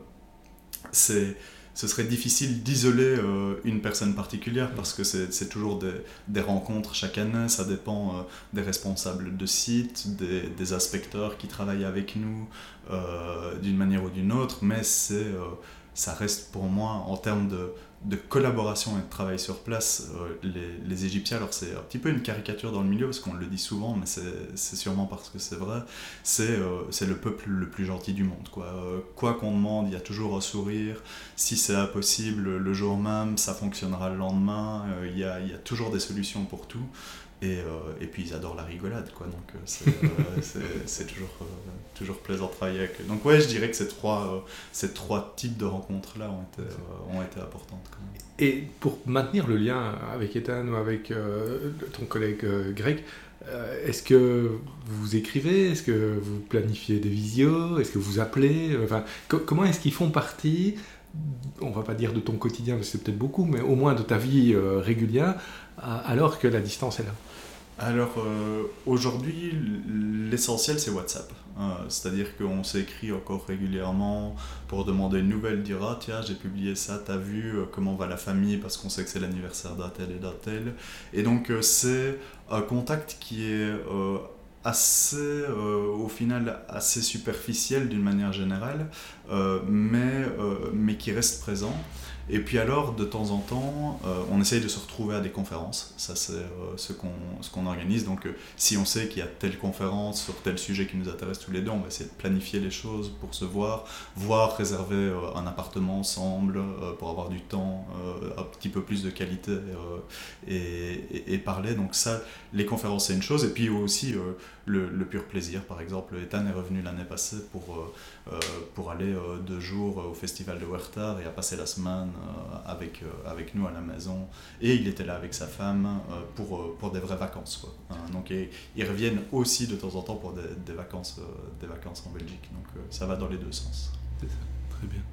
c'est ce serait difficile d'isoler euh, une personne particulière, parce que c'est, c'est toujours des, des rencontres chaque année, ça dépend euh, des responsables de site, des, des inspecteurs qui travaillent avec nous euh, d'une manière ou d'une autre, mais c'est, euh, ça reste pour moi, en termes de, de collaboration et de travail sur place, euh, les, les Égyptiens, alors c'est un petit peu une caricature dans le milieu, parce qu'on le dit souvent, mais c'est, c'est sûrement parce que c'est vrai, c'est, euh, c'est le peuple le plus gentil du monde, quoi. Euh, quoi qu'on demande, il y a toujours un sourire. Si c'est impossible le jour même, ça fonctionnera le lendemain. Il euh, y, a, y a toujours des solutions pour tout. Et, euh, et puis ils adorent la rigolade, quoi. Donc euh, c'est, euh, c'est, c'est toujours, euh, toujours plaisant de travailler avec eux. Donc ouais, je dirais que ces trois, euh, ces trois types de rencontres-là ont été, euh, ont été importantes, quand même. Et pour maintenir le lien avec Ethan ou avec euh, ton collègue euh, grec, euh, est-ce que vous écrivez? Est-ce que vous planifiez des visios? Est-ce que vous appelez? Enfin, co- comment est-ce qu'ils font partie, on va pas dire de ton quotidien, parce que c'est peut-être beaucoup, mais au moins de ta vie euh, régulière, alors que la distance est là? Alors euh, aujourd'hui, l'essentiel c'est WhatsApp. Euh, c'est-à-dire qu'on s'écrit encore régulièrement pour demander une nouvelle, dire ah tiens j'ai publié ça, t'as vu, euh, comment va la famille, parce qu'on sait que c'est l'anniversaire d'un tel et d'un tel. Et donc euh, c'est un contact qui est euh, assez, euh, au final, assez superficiel d'une manière générale, euh, mais, euh, mais qui reste présent. Et puis alors, de temps en temps, euh, on essaye de se retrouver à des conférences. Ça, c'est euh, ce, qu'on, ce qu'on organise. Donc, euh, si on sait qu'il y a telle conférence sur tel sujet qui nous intéresse tous les deux, on va essayer de planifier les choses pour se voir, voire réserver euh, un appartement ensemble euh, pour avoir du temps, euh, un petit peu plus de qualité euh, et, et, et parler. Donc ça, les conférences, c'est une chose. Et puis aussi, euh, le, le pur plaisir. Par exemple, Ethan est revenu l'année passée pour, euh, pour aller euh, deux jours au festival de Huertar et a passé la semaine euh, avec, euh, avec nous à la maison. Et il était là avec sa femme euh, pour, euh, pour des vraies vacances, quoi. Hein, donc, et, ils reviennent aussi de temps en temps pour des, des, vacances, euh, des vacances en Belgique. Donc euh, ça va dans les deux sens. C'est ça, très bien.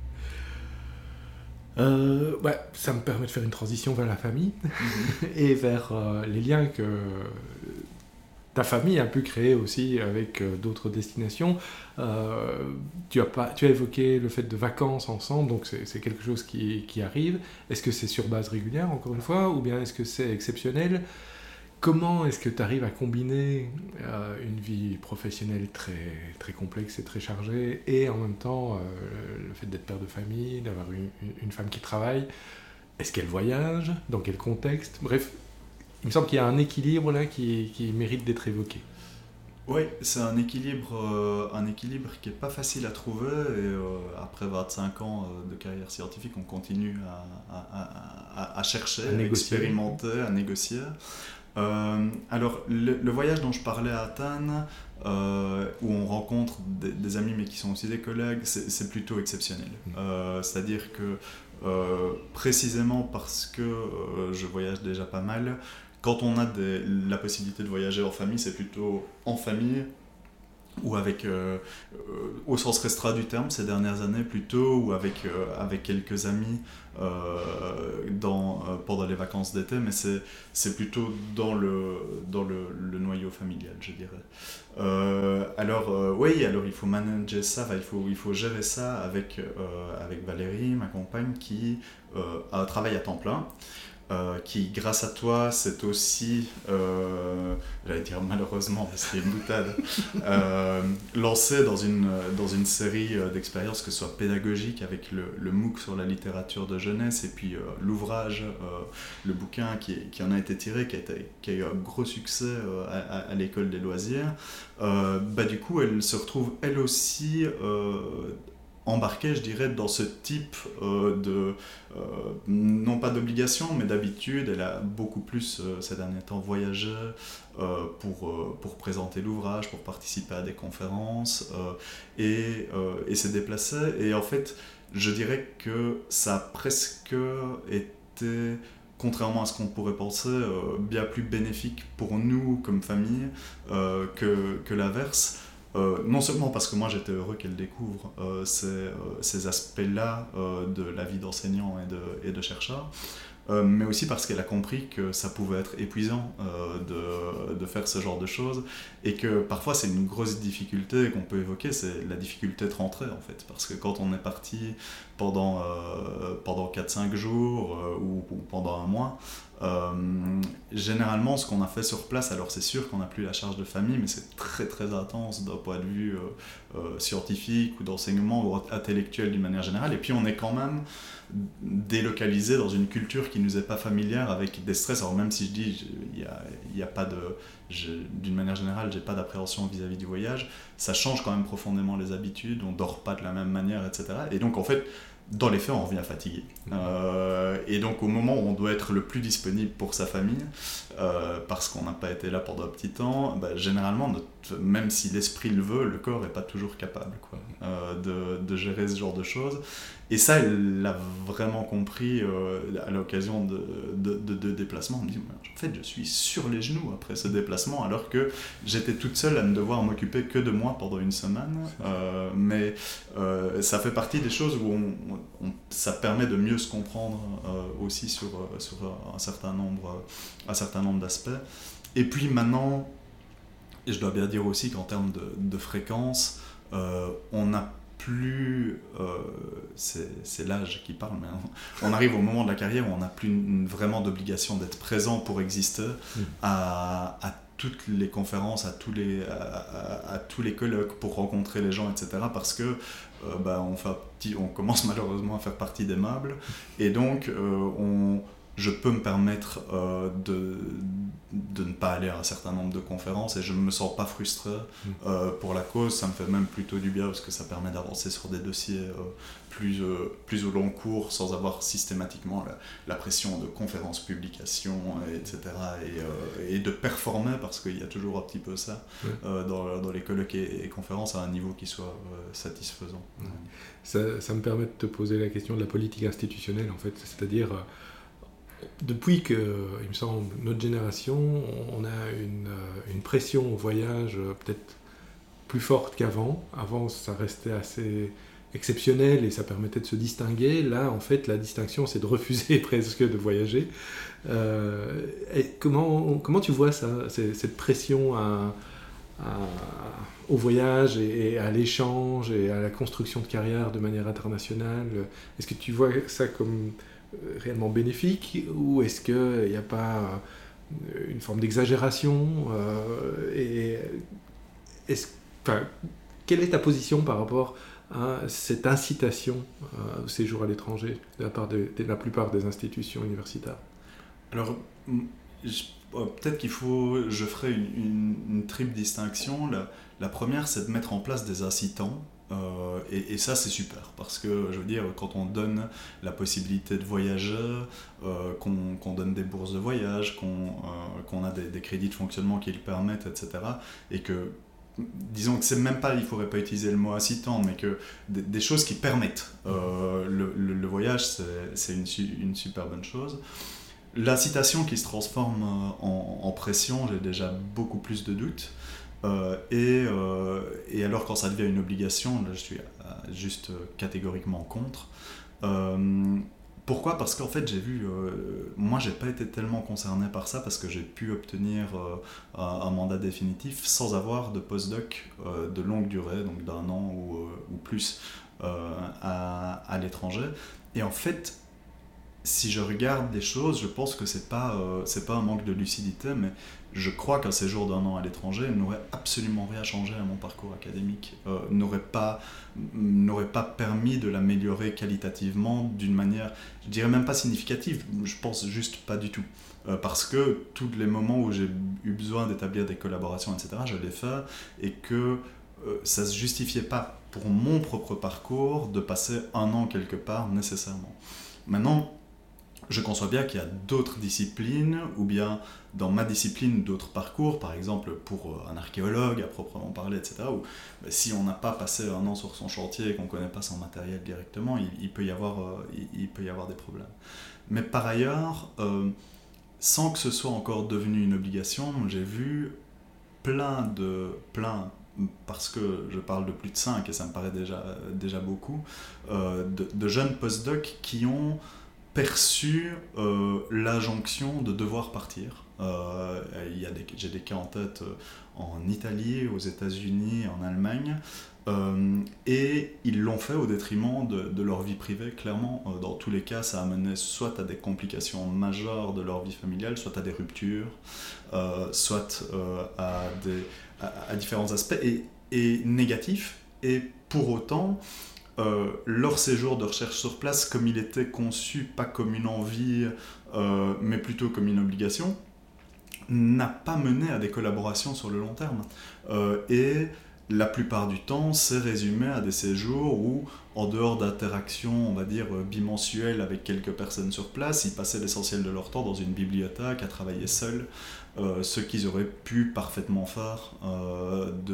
Euh, ouais, ça me permet de faire une transition vers la famille mmh. et vers euh, les liens que ta famille a pu créer aussi avec euh, d'autres destinations. Euh, tu, as pas, tu as évoqué le fait de vacances ensemble, donc c'est, c'est quelque chose qui, qui arrive. Est-ce que c'est sur base régulière, encore une fois, ou bien est-ce que c'est exceptionnel? Comment est-ce que tu arrives à combiner euh, une vie professionnelle très, très complexe et très chargée, et en même temps euh, le fait d'être père de famille, d'avoir une, une femme qui travaille? Est-ce qu'elle voyage? Dans quel contexte? Bref, il me semble qu'il y a un équilibre là qui, qui mérite d'être évoqué. Oui, c'est un équilibre, euh, un équilibre qui n'est pas facile à trouver. Et euh, après vingt-cinq ans euh, de carrière scientifique, on continue à, à, à, à chercher, À à négocier. expérimenter, à négocier. Euh, alors, le, le voyage dont je parlais à Athènes, euh, où on rencontre des, des amis mais qui sont aussi des collègues, c'est, c'est plutôt exceptionnel. Mmh. Euh, c'est-à-dire que, euh, précisément parce que euh, je voyage déjà pas mal, quand on a des, la possibilité de voyager en famille, c'est plutôt en famille ou avec, euh, euh, au sens restreint du terme, ces dernières années plutôt, ou avec, euh, avec quelques amis euh, dans, euh, pendant les vacances d'été, mais c'est, c'est plutôt dans, le, dans le, le noyau familial, je dirais. Euh, alors, euh, oui, alors il faut manager ça, il faut, il faut gérer ça avec, euh, avec Valérie, ma compagne, qui euh, a un travail à temps plein. Euh, qui, grâce à toi, c'est aussi, euh, j'allais dire malheureusement, c'est une boutade, euh, lancé dans une, dans une série d'expériences, que ce soit pédagogique, avec le, le MOOC sur la littérature de jeunesse, et puis euh, l'ouvrage, euh, le bouquin qui, qui en a été tiré, qui a, été, qui a eu un gros succès euh, à, à l'école des loisirs. Euh, bah, du coup, elle se retrouve, elle aussi, euh, embarquée, je dirais, dans ce type euh, de, euh, non pas d'obligation, mais d'habitude. Elle a beaucoup plus, euh, ces derniers temps, voyagé euh, pour, euh, pour présenter l'ouvrage, pour participer à des conférences, euh, et, euh, et s'est déplacée. Et en fait, je dirais que ça a presque été, contrairement à ce qu'on pourrait penser, euh, bien plus bénéfique pour nous comme famille euh, que, que l'inverse. Euh, non seulement parce que moi j'étais heureux qu'elle découvre euh, ces, euh, ces aspects-là euh, de la vie d'enseignant et de, et de chercheur, euh, mais aussi parce qu'elle a compris que ça pouvait être épuisant euh, de, de faire ce genre de choses, et que parfois c'est une grosse difficulté qu'on peut évoquer, c'est la difficulté de rentrer en fait, parce que quand on est parti pendant, euh, pendant quatre cinq jours euh, ou, ou pendant un mois, Euh, généralement, ce qu'on a fait sur place, alors c'est sûr qu'on n'a plus la charge de famille, mais c'est très très intense d'un point de vue euh, euh, scientifique ou d'enseignement ou intellectuel d'une manière générale. Et puis on est quand même délocalisé dans une culture qui nous est pas familière, avec des stress. Alors même si je dis, il y a, y a pas de, je, d'une manière générale, j'ai pas d'appréhension vis-à-vis du voyage, ça change quand même profondément les habitudes. On dort pas de la même manière, et cetera. Et donc en fait, dans les faits, on revient fatigué. Euh, et donc, au moment où on doit être le plus disponible pour sa famille, euh, parce qu'on n'a pas été là pendant un petit temps, bah, généralement, notre, même si l'esprit le veut, le corps n'est pas toujours capable quoi, euh, de, de gérer ce genre de choses. Et ça, elle l'a vraiment compris euh, à l'occasion de, de, de, de déplacements. On me dit, en fait, je suis sur les genoux après ce déplacement, alors que j'étais toute seule à ne devoir m'occuper que de moi pendant une semaine. Euh, mais euh, ça fait partie des choses où on, on, ça permet de mieux se comprendre euh, aussi sur, sur un certain nombre, un certain nombre d'aspects. Et puis maintenant, et je dois bien dire aussi qu'en termes de, de fréquence, euh, on a plus, euh, c'est, c'est l'âge qui parle, mais on arrive au moment de la carrière où on n'a plus une, vraiment d'obligation d'être présent pour exister mmh. à, à toutes les conférences, à tous les, à, à, à tous les colloques pour rencontrer les gens, et cetera. Parce que euh, bah, on, fait petit, on commence malheureusement à faire partie des meubles, et donc euh, on, je peux me permettre euh, de, de ne pas aller à un certain nombre de conférences, et je ne me sens pas frustré euh, pour la cause. Ça me fait même plutôt du bien, parce que ça permet d'avancer sur des dossiers euh, plus, euh, plus au long cours, sans avoir systématiquement la, la pression de conférences, publications, et cetera. Et, euh, et de performer, parce qu'il y a toujours un petit peu ça euh, dans, dans les colloques et, et conférences, à un niveau qui soit euh, satisfaisant. Ça, ça me permet de te poser la question de la politique institutionnelle, en fait, c'est-à-dire... Depuis que, il me semble, notre génération, on a une, une pression au voyage peut-être plus forte qu'avant. Avant, ça restait assez exceptionnel et ça permettait de se distinguer. Là, en fait, la distinction, c'est de refuser presque de voyager. Euh, et comment, comment tu vois ça, cette pression à, à, au voyage et, et à l'échange et à la construction de carrière de manière internationale? Est-ce que tu vois ça comme... réellement bénéfique, ou est-ce qu'il n'y a pas une forme d'exagération euh, et est-ce, enfin, quelle est ta position par rapport à cette incitation euh, au séjour à l'étranger de la part de, de la plupart des institutions universitaires? Alors, je, oh, peut-être qu'il faut, je ferai une, une, une triple distinction. La, la première, c'est de mettre en place des incitants. Euh, et, et ça, c'est super, parce que, je veux dire, quand on donne la possibilité de voyager, euh, qu'on, qu'on donne des bourses de voyage, qu'on, euh, qu'on a des, des crédits de fonctionnement qui le permettent, et cetera, et que, disons que c'est même pas, il faudrait pas utiliser le mot incitant, mais que des, des choses qui permettent euh, le, le, le voyage, c'est, c'est une, une super bonne chose. L'incitation qui se transforme en, en pression, j'ai déjà beaucoup plus de doutes. Euh, et, euh, et alors quand ça devient une obligation, là je suis juste catégoriquement contre. Euh, pourquoi ? Parce qu'en fait j'ai vu, euh, moi j'ai pas été tellement concerné par ça parce que j'ai pu obtenir euh, un, un mandat définitif sans avoir de postdoc euh, de longue durée, donc d'un an ou, euh, ou plus euh, à, à l'étranger. Et en fait, si je regarde des choses, je pense que c'est pas, euh, c'est pas un manque de lucidité, mais je crois qu'un séjour d'un an à l'étranger n'aurait absolument rien changé à mon parcours académique, euh, n'aurait pas, n'aurait pas permis de l'améliorer qualitativement d'une manière, je dirais même pas significative, je pense juste pas du tout. Euh, parce que tous les moments où j'ai eu besoin d'établir des collaborations, et cetera, je l'ai fait, et que euh, ça se justifiait pas pour mon propre parcours de passer un an quelque part nécessairement. Maintenant, je conçois bien qu'il y a d'autres disciplines, ou bien dans ma discipline d'autres parcours, par exemple pour un archéologue à proprement parler, et cetera, où bah, si on n'a pas passé un an sur son chantier et qu'on ne connaît pas son matériel directement, il, il, peut y avoir, euh, il, il peut y avoir des problèmes. Mais par ailleurs, euh, sans que ce soit encore devenu une obligation, j'ai vu plein de... plein, parce que je parle de plus de cinq et ça me paraît déjà, déjà beaucoup, euh, de, de jeunes postdocs qui ont perçu euh, l'injonction de devoir partir. Euh, il y a des, j'ai des cas en tête euh, en Italie, aux États-Unis, en Allemagne, euh, et ils l'ont fait au détriment de, de leur vie privée, clairement. Euh, dans tous les cas, ça a mené soit à des complications majeures de leur vie familiale, soit à des ruptures, euh, soit euh, à, des, à, à différents aspects, et, et négatifs, et pour autant, Euh, leur séjour de recherche sur place, comme il était conçu, pas comme une envie, euh, mais plutôt comme une obligation, n'a pas mené à des collaborations sur le long terme. Euh, et la plupart du temps, c'est résumé à des séjours où, en dehors d'interactions, on va dire, bimensuelles avec quelques personnes sur place, ils passaient l'essentiel de leur temps dans une bibliothèque à travailler seuls, euh, ce qu'ils auraient pu parfaitement faire euh, de...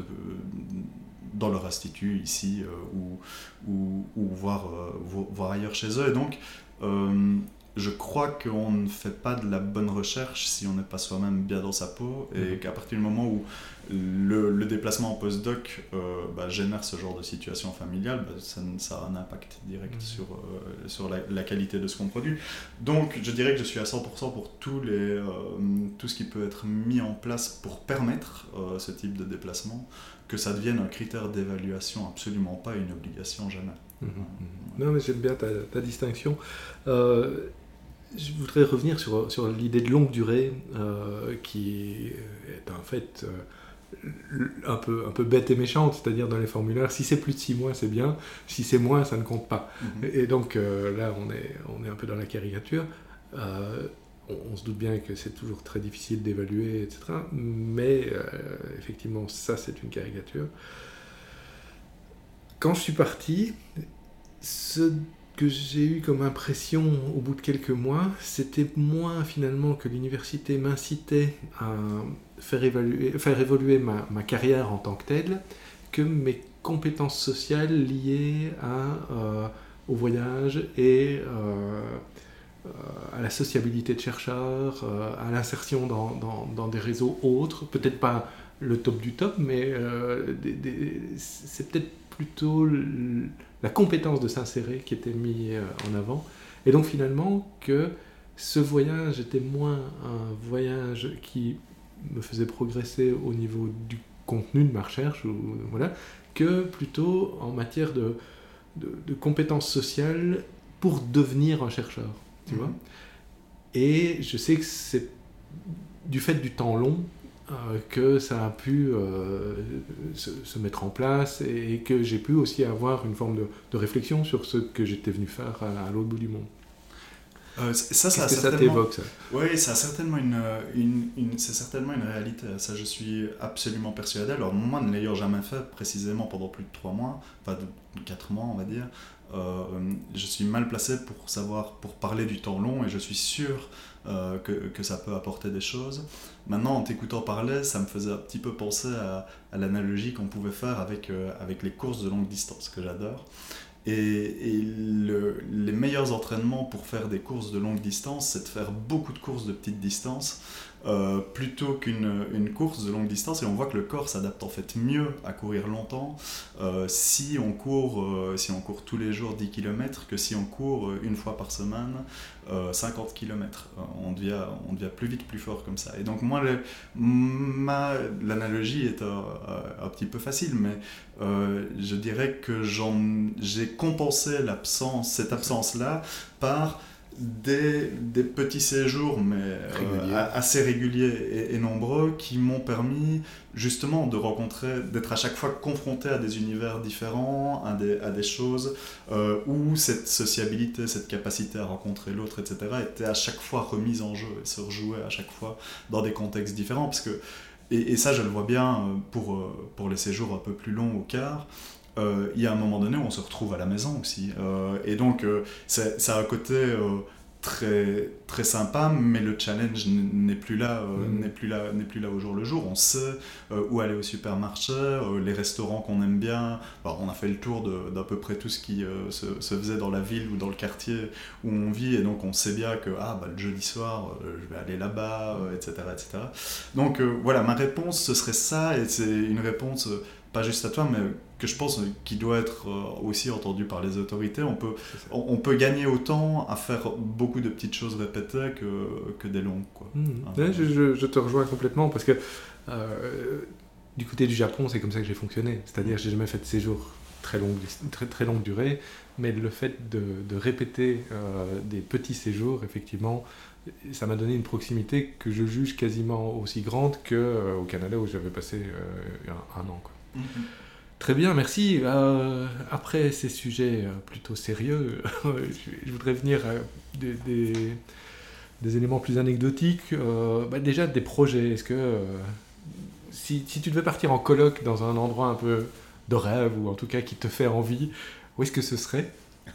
dans leur institut ici euh, ou, ou, ou voir, euh, voir ailleurs chez eux. Et donc, euh, je crois qu'on ne fait pas de la bonne recherche si on n'est pas soi-même bien dans sa peau, et qu'à partir du moment où le, le déplacement en postdoc euh, bah, génère ce genre de situation familiale, bah, ça, ça a un impact direct mmh. sur, euh, sur la, la qualité de ce qu'on produit. Donc, je dirais que je suis à cent pour cent pour tous les, euh, tout ce qui peut être mis en place pour permettre euh, ce type de déplacement, que ça devienne un critère d'évaluation, absolument pas une obligation, jamais. Mmh. Mmh. Non, mais j'aime bien ta, ta distinction. Euh, je voudrais revenir sur, sur l'idée de longue durée, euh, qui est en fait euh, un, peu, un peu bête et méchante, c'est-à-dire dans les formulaires, si c'est plus de six mois, c'est bien, si c'est moins, ça ne compte pas. Mmh. Et, et donc euh, là, on est, on est un peu dans la caricature. Euh, on, on se doute bien que c'est toujours très difficile d'évaluer, et cetera. Mais euh, effectivement, ça, c'est une caricature. Quand je suis parti, ce que j'ai eu comme impression au bout de quelques mois, c'était moins finalement que l'université m'incitait à faire, évaluer, faire évoluer ma, ma carrière en tant que telle, que mes compétences sociales liées à, euh, au voyage et euh, à la sociabilité de chercheurs, à l'insertion dans, dans, dans des réseaux autres, peut-être pas le top du top, mais euh, des, des, c'est peut-être plutôt le, la compétence de s'insérer qui était mise en avant. Et donc finalement, que ce voyage était moins un voyage qui me faisait progresser au niveau du contenu de ma recherche, ou, voilà, que plutôt en matière de, de, de compétences sociales pour devenir un chercheur. Tu vois ? Et je sais que c'est du fait du temps long euh, que ça a pu euh, se, se mettre en place, et que j'ai pu aussi avoir une forme de, de réflexion sur ce que j'étais venu faire à, à l'autre bout du monde. Euh, ça, ça Qu'est-ce que ça certainement... t'évoque, ça? Oui, ça a certainement une, une, une, c'est certainement une réalité. Ça, je suis absolument persuadé. Alors, moi, ne l'ayant jamais fait, précisément pendant plus de trois mois, enfin de quatre mois, on va dire, euh, je suis mal placé pour savoir, pour parler du temps long, et je suis sûr euh, que, que ça peut apporter des choses. Maintenant, en t'écoutant parler, ça me faisait un petit peu penser à, à l'analogie qu'on pouvait faire avec, euh, avec les courses de longue distance, que j'adore. Et, et le, les meilleurs entraînements pour faire des courses de longue distance, c'est de faire beaucoup de courses de petite distance euh, plutôt qu'une une course de longue distance. Et on voit que le corps s'adapte en fait mieux à courir longtemps euh, si, on court, euh, si on court tous les jours dix kilomètres que si on court une fois par semaine euh, cinquante kilomètres. On devient, on devient plus vite, plus fort comme ça. Et donc moi, le, ma, l'analogie est un, un petit peu facile, mais euh, je dirais que j'en, j'ai compensé l'absence, cette absence-là par des, des petits séjours, mais euh, assez réguliers et, et nombreux, qui m'ont permis justement de rencontrer, d'être à chaque fois confronté à des univers différents, à des, à des choses euh, où cette sociabilité, cette capacité à rencontrer l'autre, et cetera, était à chaque fois remise en jeu et se rejouait à chaque fois dans des contextes différents. Parce que, et, et ça, je le vois bien pour, pour les séjours un peu plus longs au quart. Euh, il y a un moment donné où on se retrouve à la maison aussi. Euh, et donc, euh, c'est, ça a un côté euh, très, très sympa, mais le challenge n'est plus là, euh, mmh. n'est plus là, n'est plus là au jour le jour. On sait euh, où aller au supermarché, euh, les restaurants qu'on aime bien. Alors, on a fait le tour de, d'à peu près tout ce qui euh, se, se faisait dans la ville ou dans le quartier où on vit, et donc on sait bien que ah, bah, le jeudi soir, euh, je vais aller là-bas, euh, et cetera, et cetera. Donc euh, voilà, ma réponse, ce serait ça, et c'est une réponse... Euh, pas juste à toi, mais que je pense qui doit être aussi entendu par les autorités. On peut, on, on peut gagner autant à faire beaucoup de petites choses répétées que, que des longues, quoi. Mmh. Ouais, je, je, je te rejoins complètement, parce que euh, du côté du Japon, c'est comme ça que j'ai fonctionné. C'est-à-dire que j'ai jamais fait de séjour très longue, très, très longue durée, mais le fait de, de répéter euh, des petits séjours, effectivement, ça m'a donné une proximité que je juge quasiment aussi grande qu'au euh, Canada où j'avais passé euh, un, un an, quoi. Mmh. Très bien, merci. Euh, après ces sujets euh, plutôt sérieux, je voudrais venir à des, des, des éléments plus anecdotiques. Euh, bah déjà, des projets. Est-ce que euh, si, si tu devais partir en colloque dans un endroit un peu de rêve, ou en tout cas qui te fait envie, où est-ce que ce serait ?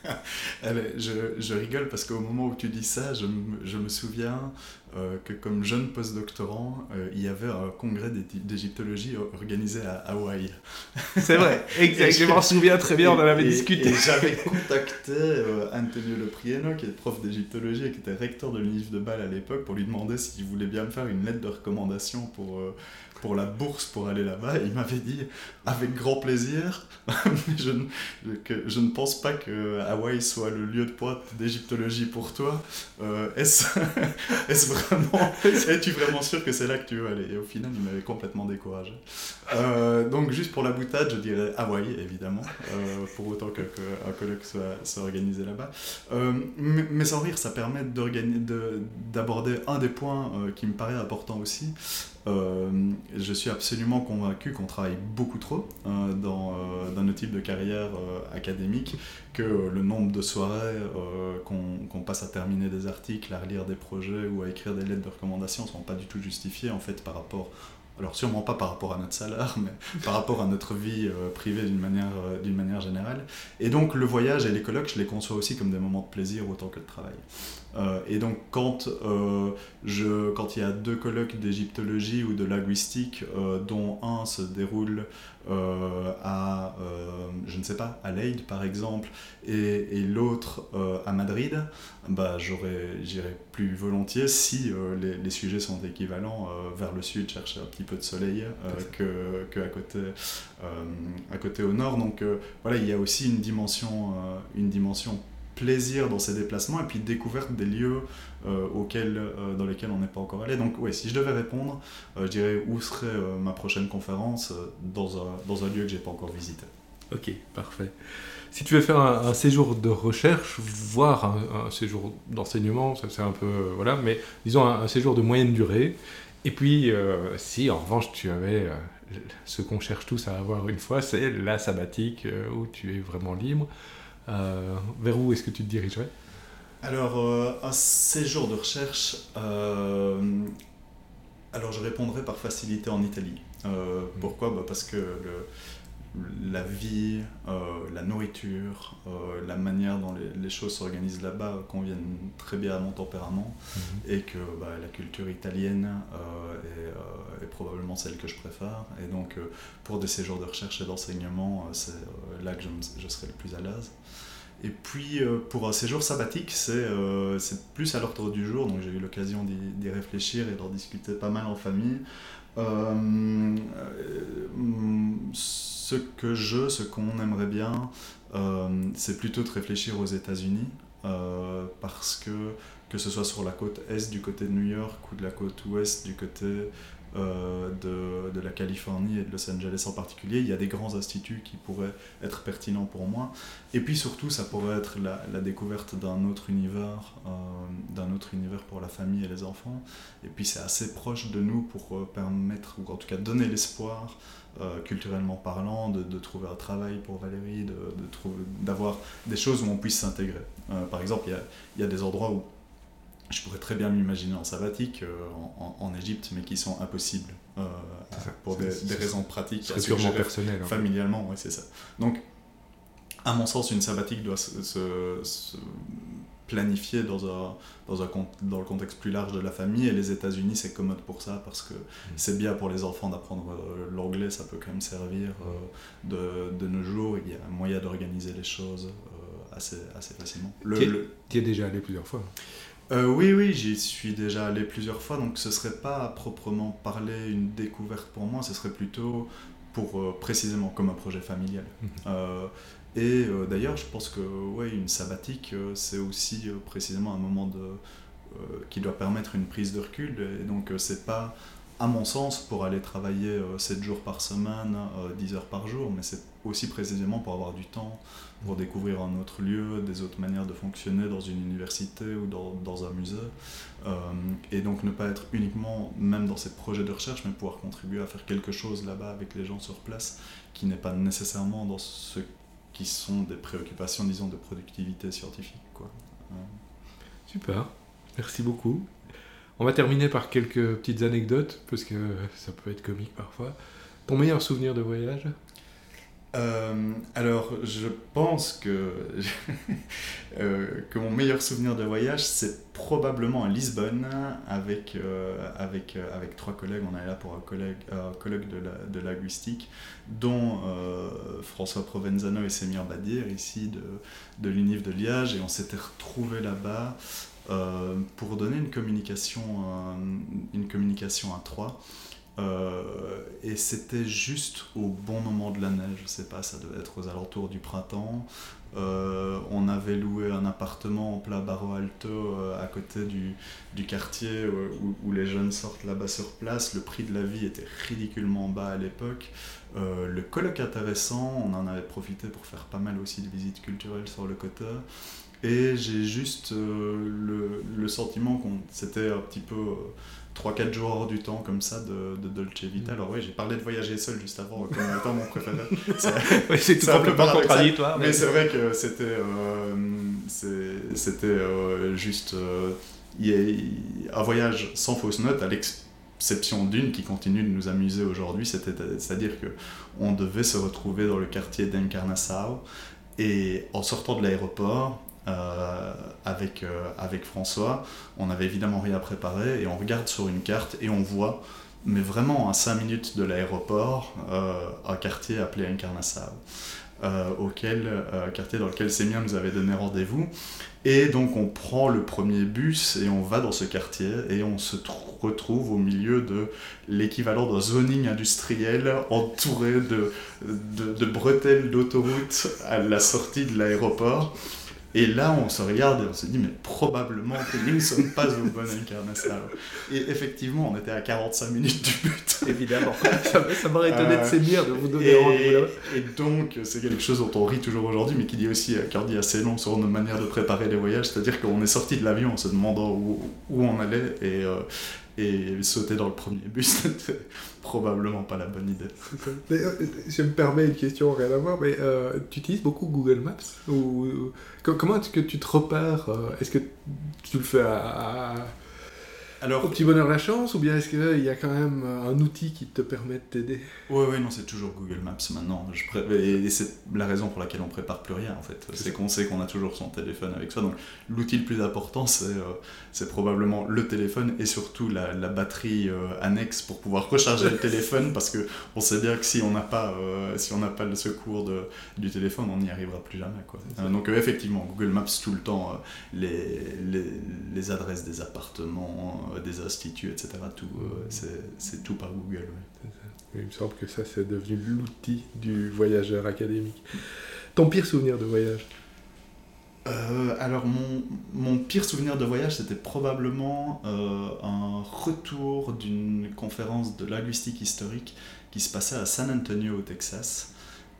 je, je rigole parce qu'au moment où tu dis ça, je, je me souviens euh, que comme jeune post-doctorant, euh, il y avait un congrès d'égyptologie organisé à Hawaï. C'est vrai, exact, je m'en souviens très bien, on en avait et, discuté. Et j'avais contacté euh, Antonio Loprieno, qui est prof d'égyptologie et qui était recteur de l'U N I F de Bâle à l'époque, pour lui demander s'il voulait bien me faire une lettre de recommandation pour... Euh, pour la bourse pour aller là-bas, et il m'avait dit avec grand plaisir, mais je, ne, que, je ne pense pas que Hawaï soit le lieu de pointe d'égyptologie pour toi. Euh, est-ce, est-ce vraiment, es-tu vraiment sûr que c'est là que tu veux aller ? Et au final, il m'avait complètement découragé. Euh, donc juste pour la boutade, je dirais Hawaï, évidemment, euh, pour autant qu'un que colloque soit, soit organisé là-bas. Euh, mais, mais sans rire, ça permet de, d'aborder un des points euh, qui me paraît important aussi. Euh, je suis absolument convaincu qu'on travaille beaucoup trop euh, dans, euh, dans nos types de carrière euh, académique, que euh, le nombre de soirées euh, qu'on, qu'on passe à terminer des articles, à relire des projets ou à écrire des lettres de recommandation ne sont pas du tout justifiées en fait par rapport, alors sûrement pas par rapport à notre salaire, mais par rapport à notre vie euh, privée d'une manière, euh, d'une manière générale. Et donc le voyage et les colloques, je les conçois aussi comme des moments de plaisir autant que de travail. Euh, et donc quand euh, je, quand il y a deux colloques d'égyptologie ou de linguistique, euh, dont un se déroule euh, à, euh, je ne sais pas, à Leyde par exemple, et, et l'autre euh, à Madrid, bah, j'aurais, j'irais plus volontiers si euh, les, les sujets sont équivalents euh, vers le sud, chercher un petit peu de soleil euh, que, que à côté, euh, à côté au nord. Donc euh, voilà, il y a aussi une dimension, euh, une dimension plaisir dans ces déplacements, et puis découverte des lieux euh, auxquels, euh, dans lesquels on n'est pas encore allé. Donc ouais, si je devais répondre, euh, je dirais où serait euh, ma prochaine conférence euh, dans, un, dans un lieu que j'ai pas encore visité. Ok, parfait. Si tu veux faire un, un séjour de recherche, voire un, un séjour d'enseignement, ça c'est un peu... Euh, voilà, mais disons un, un séjour de moyenne durée, et puis euh, si en revanche tu avais... Euh, ce qu'on cherche tous à avoir une fois, c'est la sabbatique euh, où tu es vraiment libre. Euh, vers où est-ce que tu te dirigerais ? Alors, euh, un séjour de recherche, euh, alors je répondrai par facilité en Italie. Euh, pourquoi ? Bah parce que le, la vie, euh, la nourriture, euh, la manière dont les, les choses s'organisent là-bas conviennent très bien à mon tempérament, mm-hmm. et que bah, la culture italienne euh, est, euh, est probablement celle que je préfère. Et donc, euh, pour des séjours de recherche et d'enseignement, euh, c'est euh, là que je, me, je serai le plus à l'aise. Et puis, euh, pour un séjour sabbatique, c'est, euh, c'est plus à l'ordre du jour, donc j'ai eu l'occasion d'y, d'y réfléchir et d'en discuter pas mal en famille. Euh, euh, ce que je, ce qu'on aimerait bien, euh, c'est plutôt de réfléchir aux États-Unis, euh, parce que, que ce soit sur la côte est du côté de New York ou de la côte ouest du côté euh, de, de la Californie et de Los Angeles en particulier, il y a des grands instituts qui pourraient être pertinents pour moi. Et puis surtout, ça pourrait être la, la découverte d'un autre univers, euh, d'un autre univers pour la famille et les enfants. Et puis c'est assez proche de nous pour euh, permettre, ou en tout cas donner l'espoir, euh, culturellement parlant, de, de trouver un travail pour Valérie, de, de trouver, d'avoir des choses où on puisse s'intégrer. Euh, par exemple, il y a, il y a des endroits où je pourrais très bien m'imaginer en sabbatique euh, en, en Égypte, mais qui sont impossibles euh, ça, pour des, des raisons pratiques. C'est purement personnel. Familialement, oui, c'est ça. Donc, à mon sens, une sabbatique doit se, se, se planifier dans, un, dans, un, dans le contexte plus large de la famille, et les États-Unis, c'est commode pour ça, parce que mmh. c'est bien pour les enfants d'apprendre euh, l'anglais, ça peut quand même servir euh, de, de nos jours. Il y a un moyen d'organiser les choses euh, assez, assez facilement. Tu y es déjà allé plusieurs fois ? Euh, oui, oui, j'y suis déjà allé plusieurs fois, donc ce ne serait pas à proprement parler une découverte pour moi, ce serait plutôt pour euh, précisément comme un projet familial. Mmh. Euh, et euh, d'ailleurs, je pense que ouais, une sabbatique, euh, c'est aussi euh, précisément un moment de, euh, qui doit permettre une prise de recul, et donc euh, c'est pas, à mon sens, pour aller travailler euh, sept jours par semaine, euh, dix heures par jour, mais c'est aussi précisément pour avoir du temps, pour découvrir un autre lieu, des autres manières de fonctionner dans une université ou dans, dans un musée. Euh, et donc ne pas être uniquement, même dans ces projets de recherche, mais pouvoir contribuer à faire quelque chose là-bas avec les gens sur place, qui n'est pas nécessairement dans ce qui sont des préoccupations, disons, de productivité scientifique, quoi. Euh. Super, merci beaucoup. On va terminer par quelques petites anecdotes, parce que ça peut être comique parfois. Ton meilleur souvenir de voyage ? Euh, alors, je pense que, euh, que mon meilleur souvenir de voyage, c'est probablement à Lisbonne, avec, euh, avec, euh, avec trois collègues. On est là pour un collègue, un colloque de, la, de linguistique, dont euh, François Provenzano et Semir Badir, ici de, de l'U N I F de Liège, et on s'était retrouvés là-bas euh, pour donner une communication, euh, une communication à trois. Euh, et c'était juste au bon moment de l'année, je sais pas, ça devait être aux alentours du printemps. Euh, on avait loué un appartement en plein Barro Alto euh, à côté du, du quartier euh, où, où les jeunes sortent là-bas sur place. Le prix de la vie était ridiculement bas à l'époque. Euh, le colloque intéressant, on en avait profité pour faire pas mal aussi de visites culturelles sur le côté. Et j'ai juste euh, le, le sentiment qu'on c'était un petit peu... Euh, trois quatre jours hors du temps comme ça de, de Dolce Vita. Alors oui, j'ai parlé de voyager seul juste avant comme étant mon préféré. C'est, oui, c'est tout complètement contradictoire. Mais, mais c'est vrai que c'était, euh, c'est, c'était euh, juste euh, y a, un voyage sans fausse note, à l'exception d'une qui continue de nous amuser aujourd'hui. C'était, c'est-à-dire qu'on devait se retrouver dans le quartier d'Encarnação, et en sortant de l'aéroport, Euh, avec, euh, avec François, on n'avait évidemment rien préparé, et on regarde sur une carte et on voit, mais vraiment à cinq minutes de l'aéroport, euh, un quartier appelé Encarnação, euh, auquel, euh, quartier dans lequel Semir nous avait donné rendez-vous. Et donc on prend le premier bus et on va dans ce quartier, et on se tr- retrouve au milieu de l'équivalent d'un zoning industriel entouré de, de, de bretelles d'autoroute à la sortie de l'aéroport. Et là, on se regarde et on se dit, mais probablement que nous ne sommes pas au bon Encarnação. Et effectivement, on était à quarante-cinq minutes du but. Évidemment. ça, ça m'aurait étonné de Semir de vous donner rendez-vous là-bas. Et donc, c'est quelque chose dont on rit toujours aujourd'hui, mais qui dit aussi, qui en dit assez long sur nos manières de préparer les voyages. C'est-à-dire qu'on est sorti de l'avion en se demandant où, où on allait. Et, euh, et sauter dans le premier bus, c'était probablement pas la bonne idée. Mais, euh, je me permets une question, rien à voir, mais euh, tu utilises beaucoup Google Maps ou, ou, comment est-ce que tu te repères euh, est-ce que tu le fais à, à, Alors, au petit bonheur la chance, ou bien est-ce qu'il y a quand même un outil qui te permet de t'aider? Oui, oui, non, c'est toujours Google Maps maintenant. Je pré... Et c'est la raison pour laquelle on prépare plus rien, en fait. C'est, c'est qu'on sait qu'on a toujours son téléphone avec soi. Donc, l'outil le plus important, c'est, euh, c'est probablement le téléphone et surtout la, la batterie euh, annexe pour pouvoir recharger le téléphone, parce qu'on sait bien que si on n'a pas, euh, si on n'a pas le secours de, du téléphone, on n'y arrivera plus jamais, quoi. Euh, donc, euh, effectivement, Google Maps, tout le temps, euh, les, les, les adresses des appartements, euh, des instituts, et cetera. Tout, euh, c'est, c'est tout par Google, ouais. Il me semble que ça, c'est devenu l'outil du voyageur académique. Ton pire souvenir de voyage? euh, Alors, mon, mon pire souvenir de voyage, c'était probablement euh, un retour d'une conférence de linguistique historique qui se passait à San Antonio, au Texas.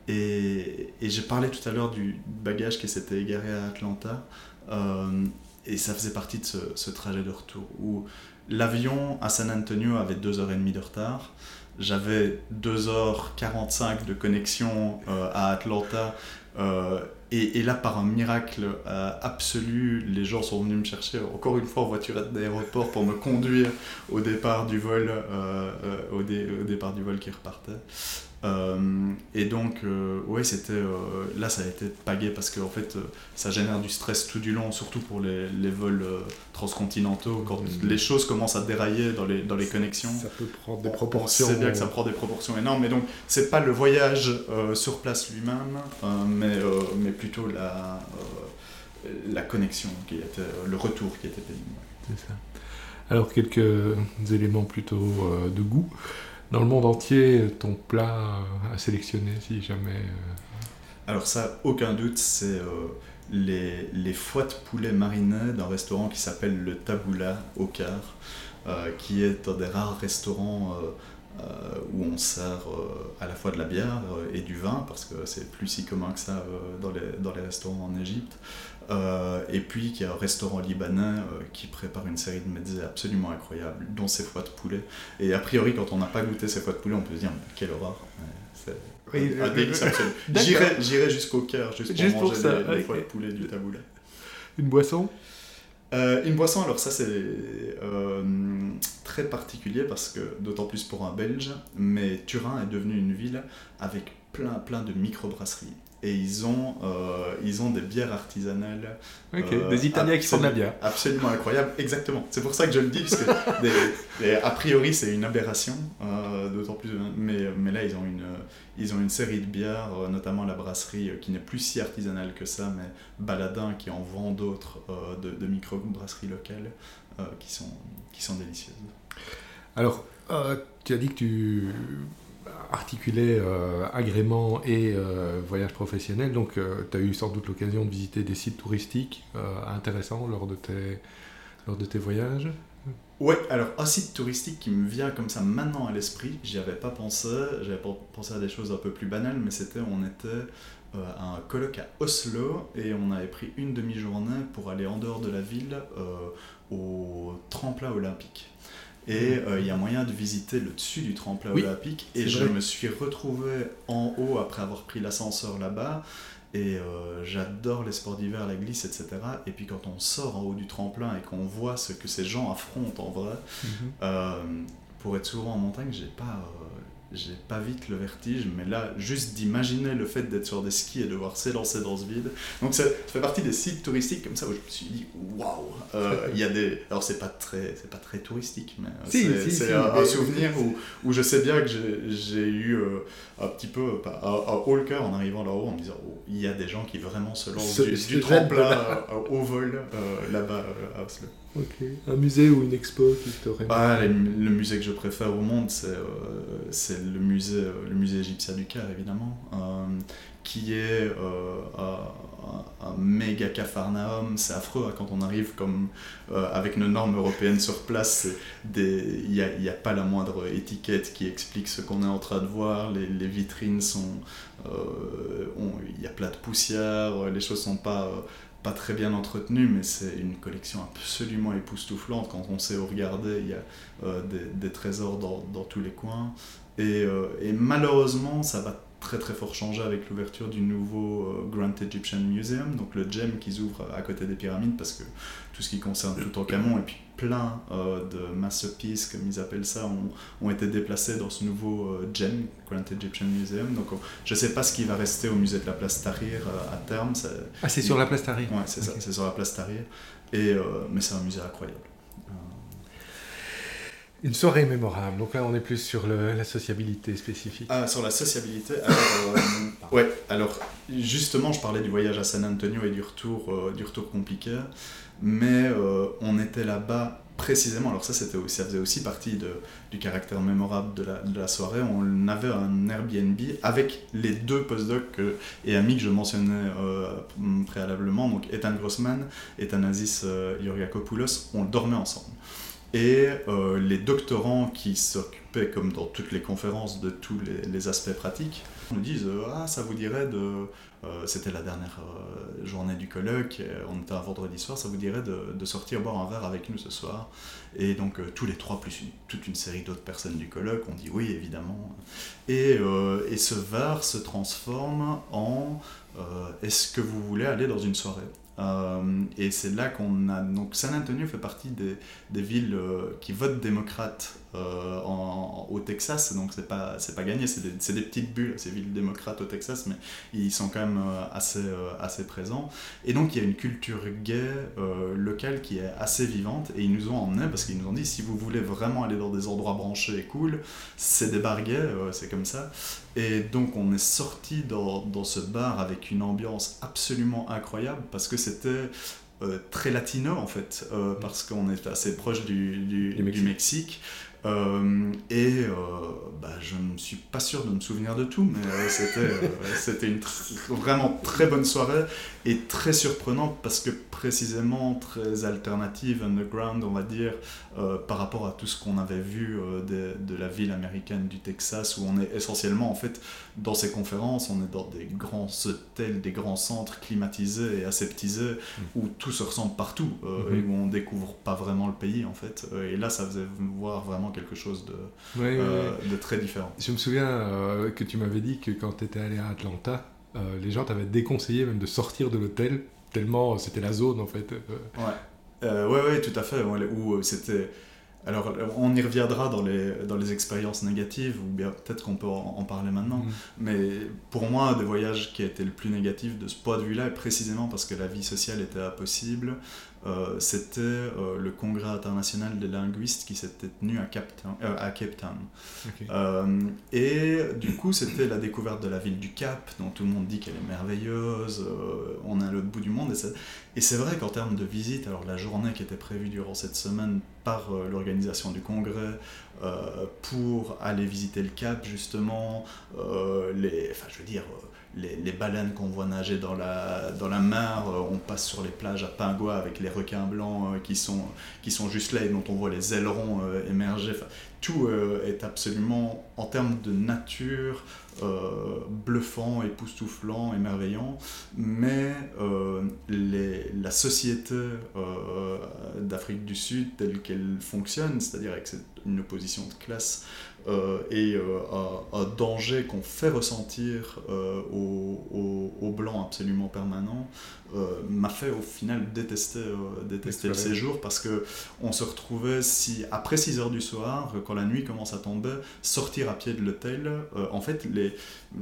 Et, et j'ai parlé tout à l'heure du bagage qui s'était égaré à Atlanta. Euh, et ça faisait partie de ce, ce trajet de retour, où l'avion à San Antonio avait deux heures trente de retard. J'avais deux heures quarante-cinq de connexion euh, à Atlanta. Euh, et, et là, par un miracle euh, absolu, les gens sont venus me chercher, encore une fois en voiturette d'aéroport, pour me conduire au départ du vol, euh, euh, au, dé, au départ du vol qui repartait. Euh, et donc, euh, ouais, c'était, euh, là, ça a été pagué parce que en fait, euh, ça génère du stress tout du long, surtout pour les, les vols euh, transcontinentaux. Quand mmh. les choses commencent à dérailler dans les, dans les connexions, ça peut prendre des proportions. C'est bien que ça prend des proportions énormes. Mais donc, c'est pas le voyage euh, sur place lui-même, euh, mais, euh, mais plutôt la, euh, la connexion, qui était, le retour qui était pénible. C'est ça. Alors, quelques éléments plutôt euh, de goût. Dans le monde entier, ton plat à sélectionner, si jamais... Euh... Alors ça, aucun doute, c'est euh, les, les foies de poulet marinés d'un restaurant qui s'appelle le Tabula au Caire, euh, qui est un des rares restaurants euh, euh, où on sert euh, à la fois de la bière euh, et du vin, parce que c'est plus si commun que ça euh, dans, les, dans les restaurants en Égypte. Euh, et puis qu'il y a un restaurant libanais euh, qui prépare une série de mezzés absolument incroyables, dont ces foies de poulet. Et a priori, quand on n'a pas goûté ces foies de poulet, on peut se dire mais quelle horreur. C'est oui, un délice absolu. J'irai, j'irai jusqu'au Caire juste pour juste manger pour ça, les, les foies de poulet du Tabula. Une boisson? Euh, une boisson, alors ça c'est euh, très particulier parce que, d'autant plus pour un Belge, mais Turin est devenue une ville avec plein, plein de microbrasseries. Et ils ont, euh, ils ont des bières artisanales. Okay, euh, des Italiens qui font de la bière. Absolument incroyable, exactement. C'est pour ça que je le dis, parce que des, des, a priori c'est une aberration, euh, d'autant plus. Mais, mais là ils ont, une, ils ont une série de bières, notamment la brasserie qui n'est plus si artisanale que ça, mais Baladin qui en vend d'autres euh, de, de micro-brasseries locales euh, qui, sont, qui sont délicieuses. Alors, euh, tu as dit que tu articulais euh, agrément et euh, voyage professionnel, donc euh, tu as eu sans doute l'occasion de visiter des sites touristiques euh, intéressants lors de tes, lors de tes voyages. Ouais, alors un site touristique qui me vient comme ça maintenant à l'esprit, j'y avais pas pensé, j'avais pensé à des choses un peu plus banales, mais c'était, on était euh, à un colloque à Oslo et on avait pris une demi-journée pour aller en dehors de la ville euh, au tremplin olympique. Et il euh, y a moyen de visiter le dessus du tremplin oui, olympique. Et je vrai. me suis retrouvé en haut après avoir pris l'ascenseur là-bas. Et euh, j'adore les sports d'hiver, la glisse, et cetera. Et puis quand on sort en haut du tremplin et qu'on voit ce que ces gens affrontent en vrai, mm-hmm. euh, pour être souvent en montagne, j'ai pas, euh, j'ai pas vite le vertige. Mais là, juste d'imaginer le fait d'être sur des skis et de devoir s'élancer dans ce vide. Donc ça, ça fait partie des sites touristiques comme ça où je me suis dit waouh. Il y a des, alors c'est pas très, c'est pas très touristique, mais si, c'est, si, c'est si, un, mais... un souvenir où, où je sais bien que j'ai, j'ai eu euh, un petit peu un, un haut le cœur en arrivant là-haut en me disant oh, il y a des gens qui vraiment se lancent ce, du, du tremplin euh, au vol euh, là-bas euh, à Oslo. Ok. Un musée ou une expo qui t'aurait... Ah, le, le musée que je préfère au monde, c'est, euh, c'est le, musée, euh, le musée égyptien du Caire, évidemment, euh, qui est euh, un, un méga capharnaüm. C'est affreux hein, quand on arrive comme, euh, avec nos normes européennes sur place. Il n'y a, y a pas la moindre étiquette qui explique ce qu'on est en train de voir. Les, les vitrines sont... Il euh, y a plein de poussière, les choses ne sont pas... Euh, pas très bien entretenu, mais c'est une collection absolument époustouflante. Quand on sait où regarder, il y a euh, des, des trésors dans, dans tous les coins. Et, euh, et malheureusement, ça va très très fort changer avec l'ouverture du nouveau euh, Grand Egyptian Museum, donc le G E M qu'ils ouvrent à côté des pyramides, parce que tout ce qui concerne Toutankhamon et puis plein euh, de masterpieces, comme ils appellent ça, ont, ont été déplacés dans ce nouveau euh, G E M, Grand Egyptian Museum. Donc euh, je ne sais pas ce qui va rester au musée de la place Tahrir euh, à terme. Ça, ah, c'est il... sur la place Tahrir. Ouais, c'est okay. ça, c'est sur la place Tahrir. Et, euh, mais c'est un musée incroyable. Une soirée mémorable, donc là on est plus sur le, la sociabilité spécifique. Ah, sur la sociabilité, alors, euh, ouais, alors justement je parlais du voyage à San Antonio et du retour, euh, du retour compliqué, mais euh, on était là-bas précisément, alors ça, c'était, ça faisait aussi partie de, du caractère mémorable de la, de la soirée, on avait un Airbnb avec les deux postdocs euh, et amis que je mentionnais euh, préalablement, donc Ethan Grossman et Thanasis euh, Yuriakopoulos, on dormait ensemble. Et euh, les doctorants qui s'occupaient, comme dans toutes les conférences, de tous les, les aspects pratiques, nous disent euh, « Ah, ça vous dirait de... Euh, » c'était la dernière euh, journée du colloque, on était un vendredi soir, « Ça vous dirait de, de sortir boire un verre avec nous ce soir ?» Et donc euh, tous les trois, plus une, toute une série d'autres personnes du colloque, on dit « Oui, évidemment. » Et, euh, et ce verre se transforme en euh, « Est-ce que vous voulez aller dans une soirée ?» Euh, et c'est là qu'on a... Donc San Antonio fait partie des, des villes euh, qui votent démocrates euh, en, en, au Texas, donc c'est pas, c'est pas gagné, c'est des, c'est des petites bulles, ces villes démocrates au Texas, mais ils sont quand même euh, assez, euh, assez présents. Et donc il y a une culture gay euh, locale qui est assez vivante, et ils nous ont emmenés parce qu'ils nous ont dit, si vous voulez vraiment aller dans des endroits branchés et cool, c'est des bars gays, euh, c'est comme ça. Et donc on est sorti dans, dans ce bar avec une ambiance absolument incroyable, parce que c'était euh, très latino en fait, euh, parce qu'on est assez proche du, du, du Mexique. Du Mexique. Euh, et euh, bah, je ne suis pas sûr de me souvenir de tout, mais euh, c'était, euh, c'était une tr- vraiment très bonne soirée et très surprenante parce que précisément très alternative, underground on va dire, euh, par rapport à tout ce qu'on avait vu euh, de, de la ville américaine du Texas, où on est essentiellement en fait dans ces conférences, on est dans des grands hôtels, des grands centres climatisés et aseptisés mmh. où tout se ressemble partout euh, mmh. et où on découvre pas vraiment le pays en fait, et là ça faisait voir vraiment quelque chose de, oui, euh, oui. de très différent. Je me souviens euh, que tu m'avais dit que quand tu étais allé à Atlanta, euh, les gens t'avaient déconseillé même de sortir de l'hôtel, tellement c'était la zone en fait. Ouais, euh, ouais, ouais, tout à fait, ouais, où c'était... Alors, on y reviendra dans les, dans les expériences négatives, ou bien peut-être qu'on peut en, en parler maintenant, mmh. mais pour moi, des voyages qui a été le plus négatif de ce point de vue-là, et précisément parce que la vie sociale était impossible, euh, c'était euh, le congrès international des linguistes qui s'était tenu à Cape Town. Euh, à Cape Town. Okay. Euh, et du coup, c'était la découverte de la ville du Cap, dont tout le monde dit qu'elle est merveilleuse, euh, on est à l'autre bout du monde, et c'est, et c'est vrai qu'en termes de visite, alors la journée qui était prévue durant cette semaine par euh, l'organisation du congrès, euh, pour aller visiter le Cap, justement, euh, les, enfin, je veux dire... Euh, Les, les baleines qu'on voit nager dans la, dans la mer, euh, on passe sur les plages à Pingua avec les requins blancs euh, qui, sont, qui sont juste là et dont on voit les ailerons euh, émerger. Enfin, tout euh, est absolument, en termes de nature, euh, bluffant, époustouflant, émerveillant, mais euh, les, la société euh, d'Afrique du Sud telle qu'elle fonctionne, c'est-à-dire avec cette, une opposition de classe, Euh, et euh, un, un danger qu'on fait ressentir euh, aux, aux, aux Blancs absolument permanent, euh, m'a fait au final détester, euh, détester le séjour, parce qu'on se retrouvait, si, après six heures du soir, quand la nuit commence à tomber, sortir à pied de l'hôtel, euh, en fait les,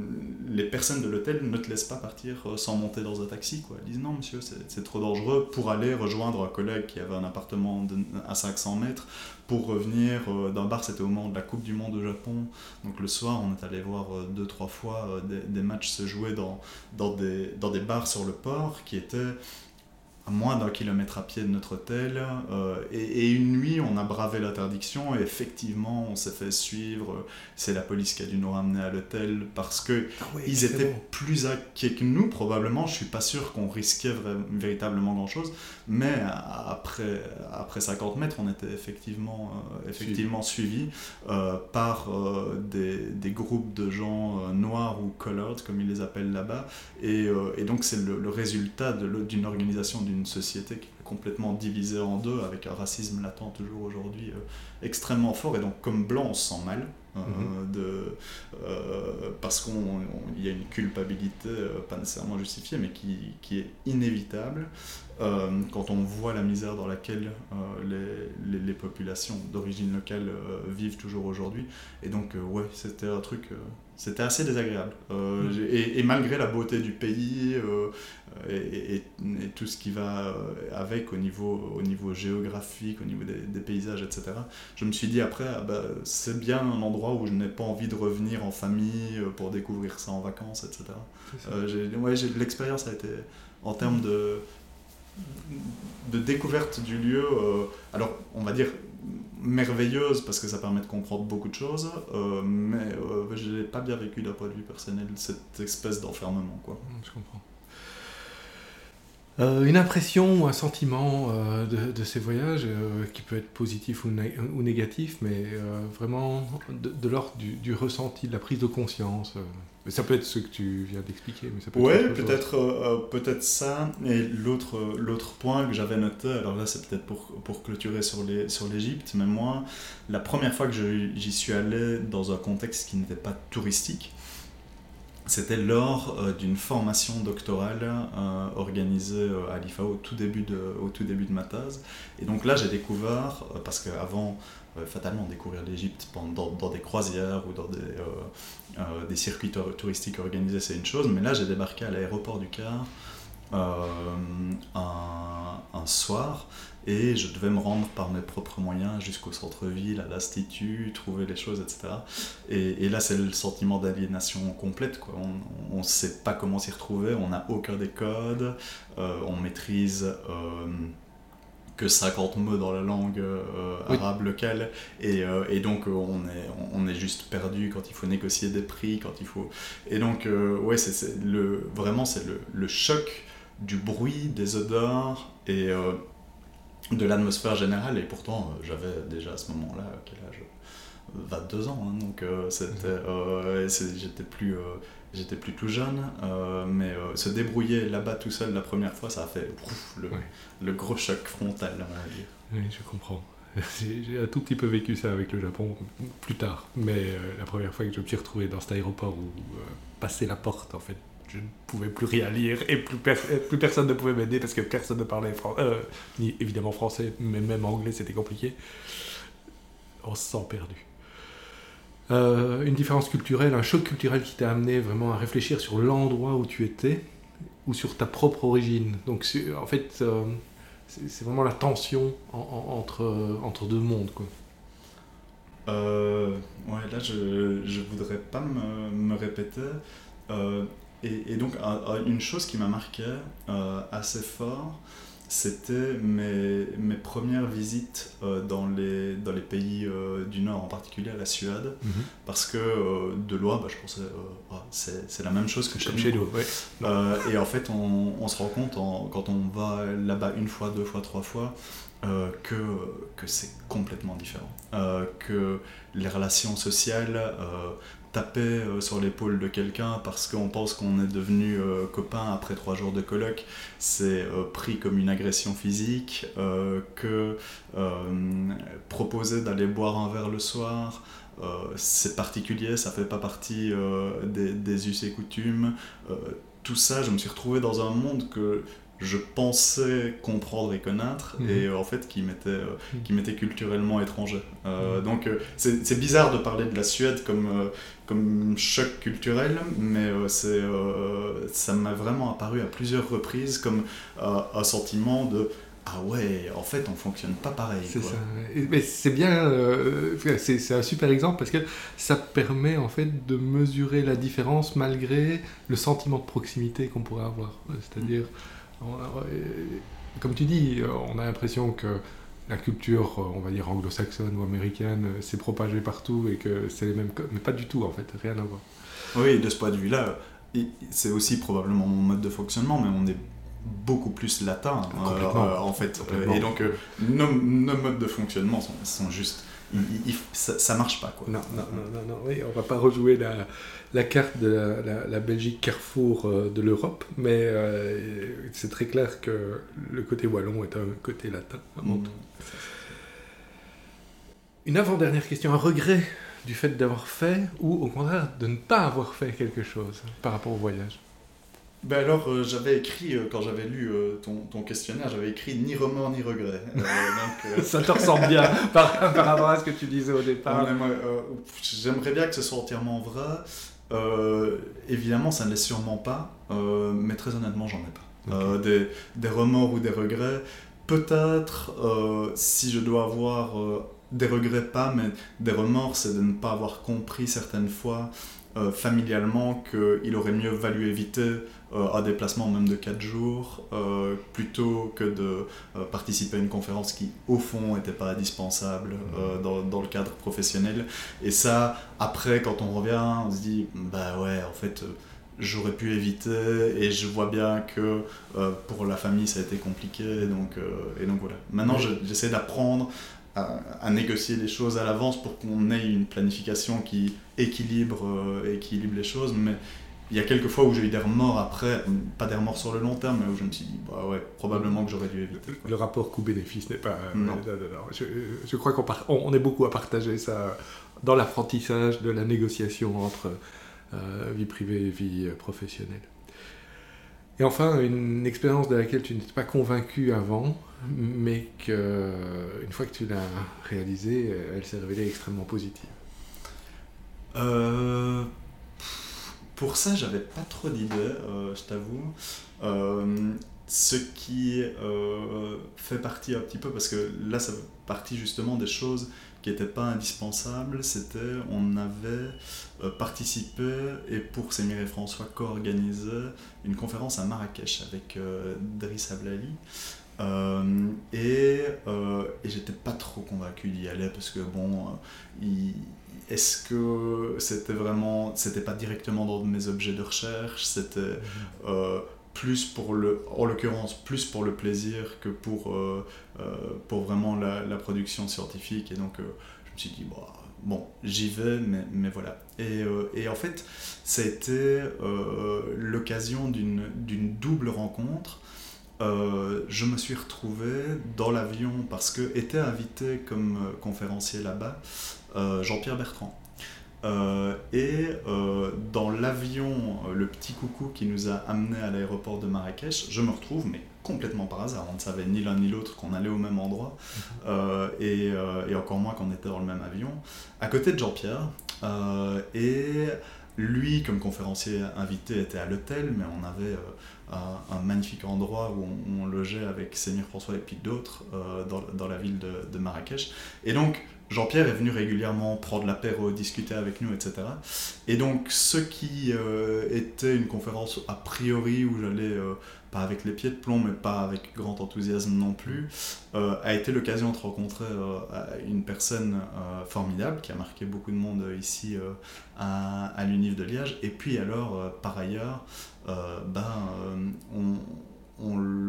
les personnes de l'hôtel ne te laissent pas partir sans monter dans un taxi, quoi. Ils disent non monsieur, c'est, c'est trop dangereux, pour aller rejoindre un collègue qui avait un appartement de, à cinq cents mètres, pour revenir euh, d'un bar. C'était au moment de la Coupe du Monde au Japon, donc le soir on est allé voir euh, deux, trois fois euh, des, des matchs se jouer dans, dans, des, dans des bars sur le port, qui étaient à moins d'un kilomètre à pied de notre hôtel. Euh, et, et une nuit, on a bravé l'interdiction et effectivement, on s'est fait suivre. C'est la police qui a dû nous ramener à l'hôtel parce qu'ils Ah ouais, étaient bon. plus inquiets que nous, probablement. Je ne suis pas sûr qu'on risquait vra- véritablement grand-chose. Mais après, après cinquante mètres, on était effectivement, euh, effectivement suivis euh, par euh, des, des groupes de gens euh, noirs ou colored, comme ils les appellent là-bas. Et, euh, et donc, c'est le, le résultat de, d'une organisation, d'une société qui est complètement divisée en deux, avec un racisme latent toujours aujourd'hui euh, extrêmement fort. Et donc, comme blanc, on se sent mal. Euh, mm-hmm. de, euh, parce qu'il y a une culpabilité, euh, pas nécessairement justifiée, mais qui, qui est inévitable. Euh, quand on voit la misère dans laquelle euh, les, les, les populations d'origine locale euh, vivent toujours aujourd'hui. Et donc, euh, ouais, c'était un truc, euh, c'était assez désagréable. Euh, mmh. et, et malgré la beauté du pays euh, et, et, et tout ce qui va avec au niveau, au niveau géographique, au niveau des, des paysages, et cetera, je me suis dit après, ah bah, c'est bien un endroit où je n'ai pas envie de revenir en famille pour découvrir ça en vacances, et cetera. Euh, j'ai, ouais, j'ai, l'expérience a été, en termes mmh. de de découverte du lieu, euh, alors on va dire merveilleuse parce que ça permet de comprendre beaucoup de choses, euh, mais euh, je n'ai pas bien vécu d'un point de vue personnel cette espèce d'enfermement, quoi. Je comprends. Euh, une impression ou un sentiment euh, de, de ces voyages euh, qui peut être positif ou, né- ou négatif, mais euh, vraiment de, de l'ordre du, du ressenti, de la prise de conscience. Euh. Mais ça peut être ce que tu viens d'expliquer, mais ça peut ouais, être autre peut-être, chose. euh, peut-être ça. Et l'autre, l'autre point que j'avais noté, alors là c'est peut-être pour, pour clôturer sur, les, sur l'Égypte, mais moi, la première fois que je, j'y suis allé dans un contexte qui n'était pas touristique, c'était lors euh, d'une formation doctorale euh, organisée euh, à l'I F A O au tout, début de, au tout début de ma thèse. Et donc là, j'ai découvert, euh, parce qu'avant, euh, fatalement, découvrir l'Égypte dans, dans des croisières ou dans des, euh, euh, des circuits touristiques organisés, c'est une chose. Mais là, j'ai débarqué à l'aéroport du Caire euh, un, un soir. Et je devais me rendre par mes propres moyens jusqu'au centre-ville, à l'Institut, trouver les choses, et cetera. Et, et là, c'est le sentiment d'aliénation complète, quoi. On ne sait pas comment s'y retrouver, on n'a aucun des codes, euh, on maîtrise euh, que cinquante mots dans la langue euh, oui. arabe locale, et, euh, et donc on est, on est juste perdu quand il faut négocier des prix, quand il faut... Et donc, euh, ouais, c'est, c'est le, vraiment, c'est le, le choc du bruit, des odeurs, et... Euh, de l'atmosphère générale, et pourtant euh, j'avais déjà à ce moment-là, quel âge, vingt-deux ans, hein, donc euh, c'était, euh, c'est, j'étais, plus, euh, j'étais plus tout jeune, euh, mais euh, se débrouiller là-bas tout seul la première fois, ça a fait ouf, le, ouais. le gros choc frontal, on va dire. Oui, je comprends. J'ai, j'ai un tout petit peu vécu ça avec le Japon plus tard, mais euh, la première fois que je me suis retrouvé dans cet aéroport où euh, passer la porte, en fait, je ne pouvais plus rien lire et plus, per- plus personne ne pouvait m'aider parce que personne ne parlait fran- euh, ni évidemment français, mais même anglais c'était compliqué. On se sent perdu. Euh, une différence culturelle, un choc culturel qui t'a amené vraiment à réfléchir sur l'endroit où tu étais ou sur ta propre origine. Donc c'est, en fait, euh, c'est, c'est vraiment la tension en, en, entre, entre deux mondes, quoi. Euh, ouais, là je je voudrais pas me, me répéter. Euh, Et, et donc, une chose qui m'a marqué euh, assez fort, c'était mes, mes premières visites euh, dans, les, dans les pays euh, du Nord, en particulier à la Suède, mm-hmm. parce que euh, de loin, bah, je pensais, euh, oh, c'est, c'est la même chose que chez nous. Chez nous, ouais. euh, et en fait, on, on se rend compte, en, quand on va là-bas une fois, deux fois, trois fois, euh, que, que c'est complètement différent. Euh, que les relations sociales... Euh, taper euh, sur l'épaule de quelqu'un parce qu'on pense qu'on est devenu euh, copain après trois jours de coloc, c'est euh, pris comme une agression physique, euh, que euh, proposer d'aller boire un verre le soir, euh, c'est particulier, ça fait pas partie euh, des, des us et coutumes. Euh, tout ça, je me suis retrouvé dans un monde que je pensais comprendre et connaître, mmh. et euh, en fait qui m'était, euh, mmh. qui m'était culturellement étranger. Euh, mmh. Donc euh, c'est, c'est bizarre de parler de la Suède comme, euh, comme choc culturel, mais euh, c'est, euh, ça m'a vraiment apparu à plusieurs reprises comme euh, un sentiment de « Ah ouais, en fait on fonctionne pas pareil ». C'est quoi. ça. Mais c'est bien, euh, c'est, c'est un super exemple parce que ça permet en fait de mesurer la différence malgré le sentiment de proximité qu'on pourrait avoir. C'est-à-dire... Mmh. Comme tu dis, on a l'impression que la culture, on va dire anglo-saxonne ou américaine, s'est propagée partout et que c'est les mêmes codes, mais pas du tout en fait, rien à voir. Oui, de ce point de vue-là, c'est aussi probablement mon mode de fonctionnement, mais on est beaucoup plus latin euh, en fait. Et donc euh, nos, nos modes de fonctionnement sont, sont juste... Il, il, ça, ça marche pas, quoi. Non, non, non, non, non oui, on va pas rejouer la, la carte de la, la, la Belgique carrefour euh, de l'Europe, mais euh, c'est très clair que le côté wallon est un côté latin avant mmh. tout. Une avant-dernière question, un regret du fait d'avoir fait ou au contraire de ne pas avoir fait quelque chose par rapport au voyage? Ben alors, euh, j'avais écrit, euh, quand j'avais lu euh, ton, ton questionnaire, j'avais écrit ni remords ni regrets. Euh, donc, euh... Ça te ressemble bien par, par rapport à ce que tu disais au départ. Aimerait, euh, j'aimerais bien que ce soit entièrement vrai. Euh, évidemment, ça ne l'est sûrement pas, euh, mais très honnêtement, j'en ai pas. Okay. Euh, des, des remords ou des regrets, peut-être, euh, si je dois avoir euh, des regrets, pas, mais des remords, c'est de ne pas avoir compris certaines fois Euh, familialement qu'il aurait mieux valu éviter euh, un déplacement même de quatre jours euh, plutôt que de euh, participer à une conférence qui au fond n'était pas indispensable euh, dans, dans le cadre professionnel. Et ça, après quand on revient, on se dit bah ouais en fait euh, j'aurais pu éviter et je vois bien que euh, pour la famille ça a été compliqué donc, euh, et donc voilà. Maintenant je, j'essaie d'apprendre À, à négocier les choses à l'avance pour qu'on ait une planification qui équilibre, euh, équilibre les choses, mais il y a quelques fois où j'ai eu des remords après, pas des remords sur le long terme, mais où je me suis dit, bah ouais, probablement que j'aurais dû éviter. Quoi. Le rapport coût-bénéfice n'est pas... Non. Euh, non, non, non. Je, je crois qu'on par... on, on est beaucoup à partager ça dans l'apprentissage de la négociation entre euh, vie privée et vie professionnelle. Et enfin, une expérience de laquelle tu n'étais pas convaincu avant, mais qu'une fois que tu l'as réalisée, elle s'est révélée extrêmement positive. Euh, pour ça, j'avais pas trop d'idées, euh, je t'avoue. Euh, ce qui euh, fait partie un petit peu, parce que là, ça fait partie justement des choses qui n'étaient pas indispensables, c'était on avait euh, participé et pour Semir et François co-organisé une conférence à Marrakech avec euh, Driss Ablali euh, et, euh, et j'étais pas trop convaincu d'y aller parce que bon, euh, il, est-ce que c'était vraiment, c'était pas directement dans mes objets de recherche, c'était euh, plus pour le, en l'occurrence plus pour le plaisir que pour, euh, euh, pour vraiment la, la production scientifique et donc euh, je me suis dit bah, bon j'y vais mais, mais voilà et, euh, et en fait ça a été euh, l'occasion d'une, d'une double rencontre. Euh, je me suis retrouvé dans l'avion parce que était invité comme conférencier là-bas euh, Jean-Pierre Bertrand. Euh, et euh, dans l'avion, euh, le petit coucou qui nous a amenés à l'aéroport de Marrakech, je me retrouve, mais complètement par hasard, on ne savait ni l'un ni l'autre qu'on allait au même endroit, euh, et, euh, et encore moins qu'on était dans le même avion, à côté de Jean-Pierre, euh, et lui, comme conférencier invité, était à l'hôtel, mais on avait euh, un, un magnifique endroit où on, on logeait avec Semir François et puis d'autres euh, dans, dans la ville de, de Marrakech, et donc Jean-Pierre est venu régulièrement prendre l'apéro, discuter avec nous, et cetera. Et donc, ce qui euh, était une conférence a priori où j'allais, euh, pas avec les pieds de plomb, mais pas avec grand enthousiasme non plus, euh, a été l'occasion de rencontrer euh, une personne euh, formidable qui a marqué beaucoup de monde ici euh, à, à l'U N I F de Liège. Et puis alors, euh, par ailleurs, euh, ben, euh, on,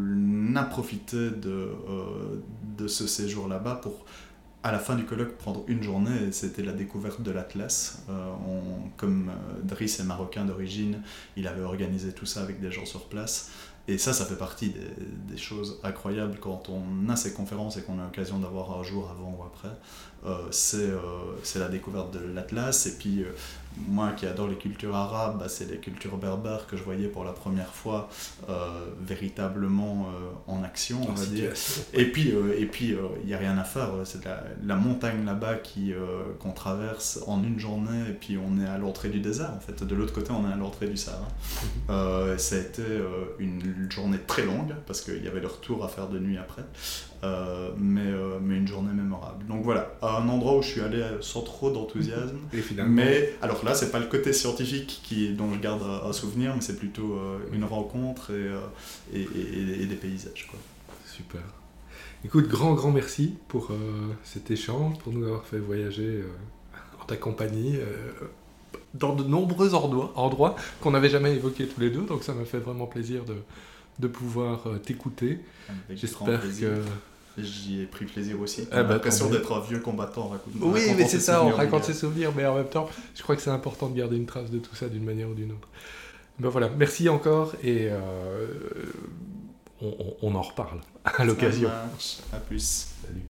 on a profité de, euh, de ce séjour là-bas pour à la fin du colloque prendre une journée et c'était la découverte de l'Atlas. Euh, on, comme euh, Driss est marocain d'origine, il avait organisé tout ça avec des gens sur place. Et ça, ça fait partie des, des choses incroyables quand on a ces conférences et qu'on a l'occasion d'avoir un jour avant ou après. Euh, c'est, euh, c'est la découverte de l'Atlas. Et puis, euh, moi qui adore les cultures arabes, bah, c'est les cultures berbères que je voyais pour la première fois euh, véritablement euh, en action, on va dire. Et puis, il euh, et puis, euh, y a rien à faire. C'est la, la montagne là-bas qui, euh, qu'on traverse en une journée et puis on est à l'entrée du désert, en fait. De l'autre côté, on est à l'entrée du Sahara. Euh, ça a été euh, une journée très longue parce qu'il y avait le retour à faire de nuit après. Euh, mais, euh, mais une journée mémorable. Donc voilà, à un endroit où je suis allé sans trop d'enthousiasme. Et finalement... Mais alors là, c'est pas le côté scientifique qui, dont je garde un souvenir, mais c'est plutôt euh, une rencontre et, euh, et, et, et des paysages, quoi. super. Écoute, grand, grand merci pour euh, cet échange, pour nous avoir fait voyager euh, en ta compagnie euh, dans de nombreux endroits, endroits qu'on n'avait jamais évoqués tous les deux, donc ça m'a fait vraiment plaisir de, de pouvoir euh, t'écouter. Avec J'espère que... J'y ai pris plaisir aussi. Ah J'ai bah, l'impression tant mieux. d'être un vieux combattant. Raconte, Oui, mais c'est ça, on raconte ses ça. souvenirs, mais en même temps, je crois que c'est important de garder une trace de tout ça d'une manière ou d'une autre. Ben voilà, merci encore et euh, on, on, on en reparle à l'occasion. À plus. Salut.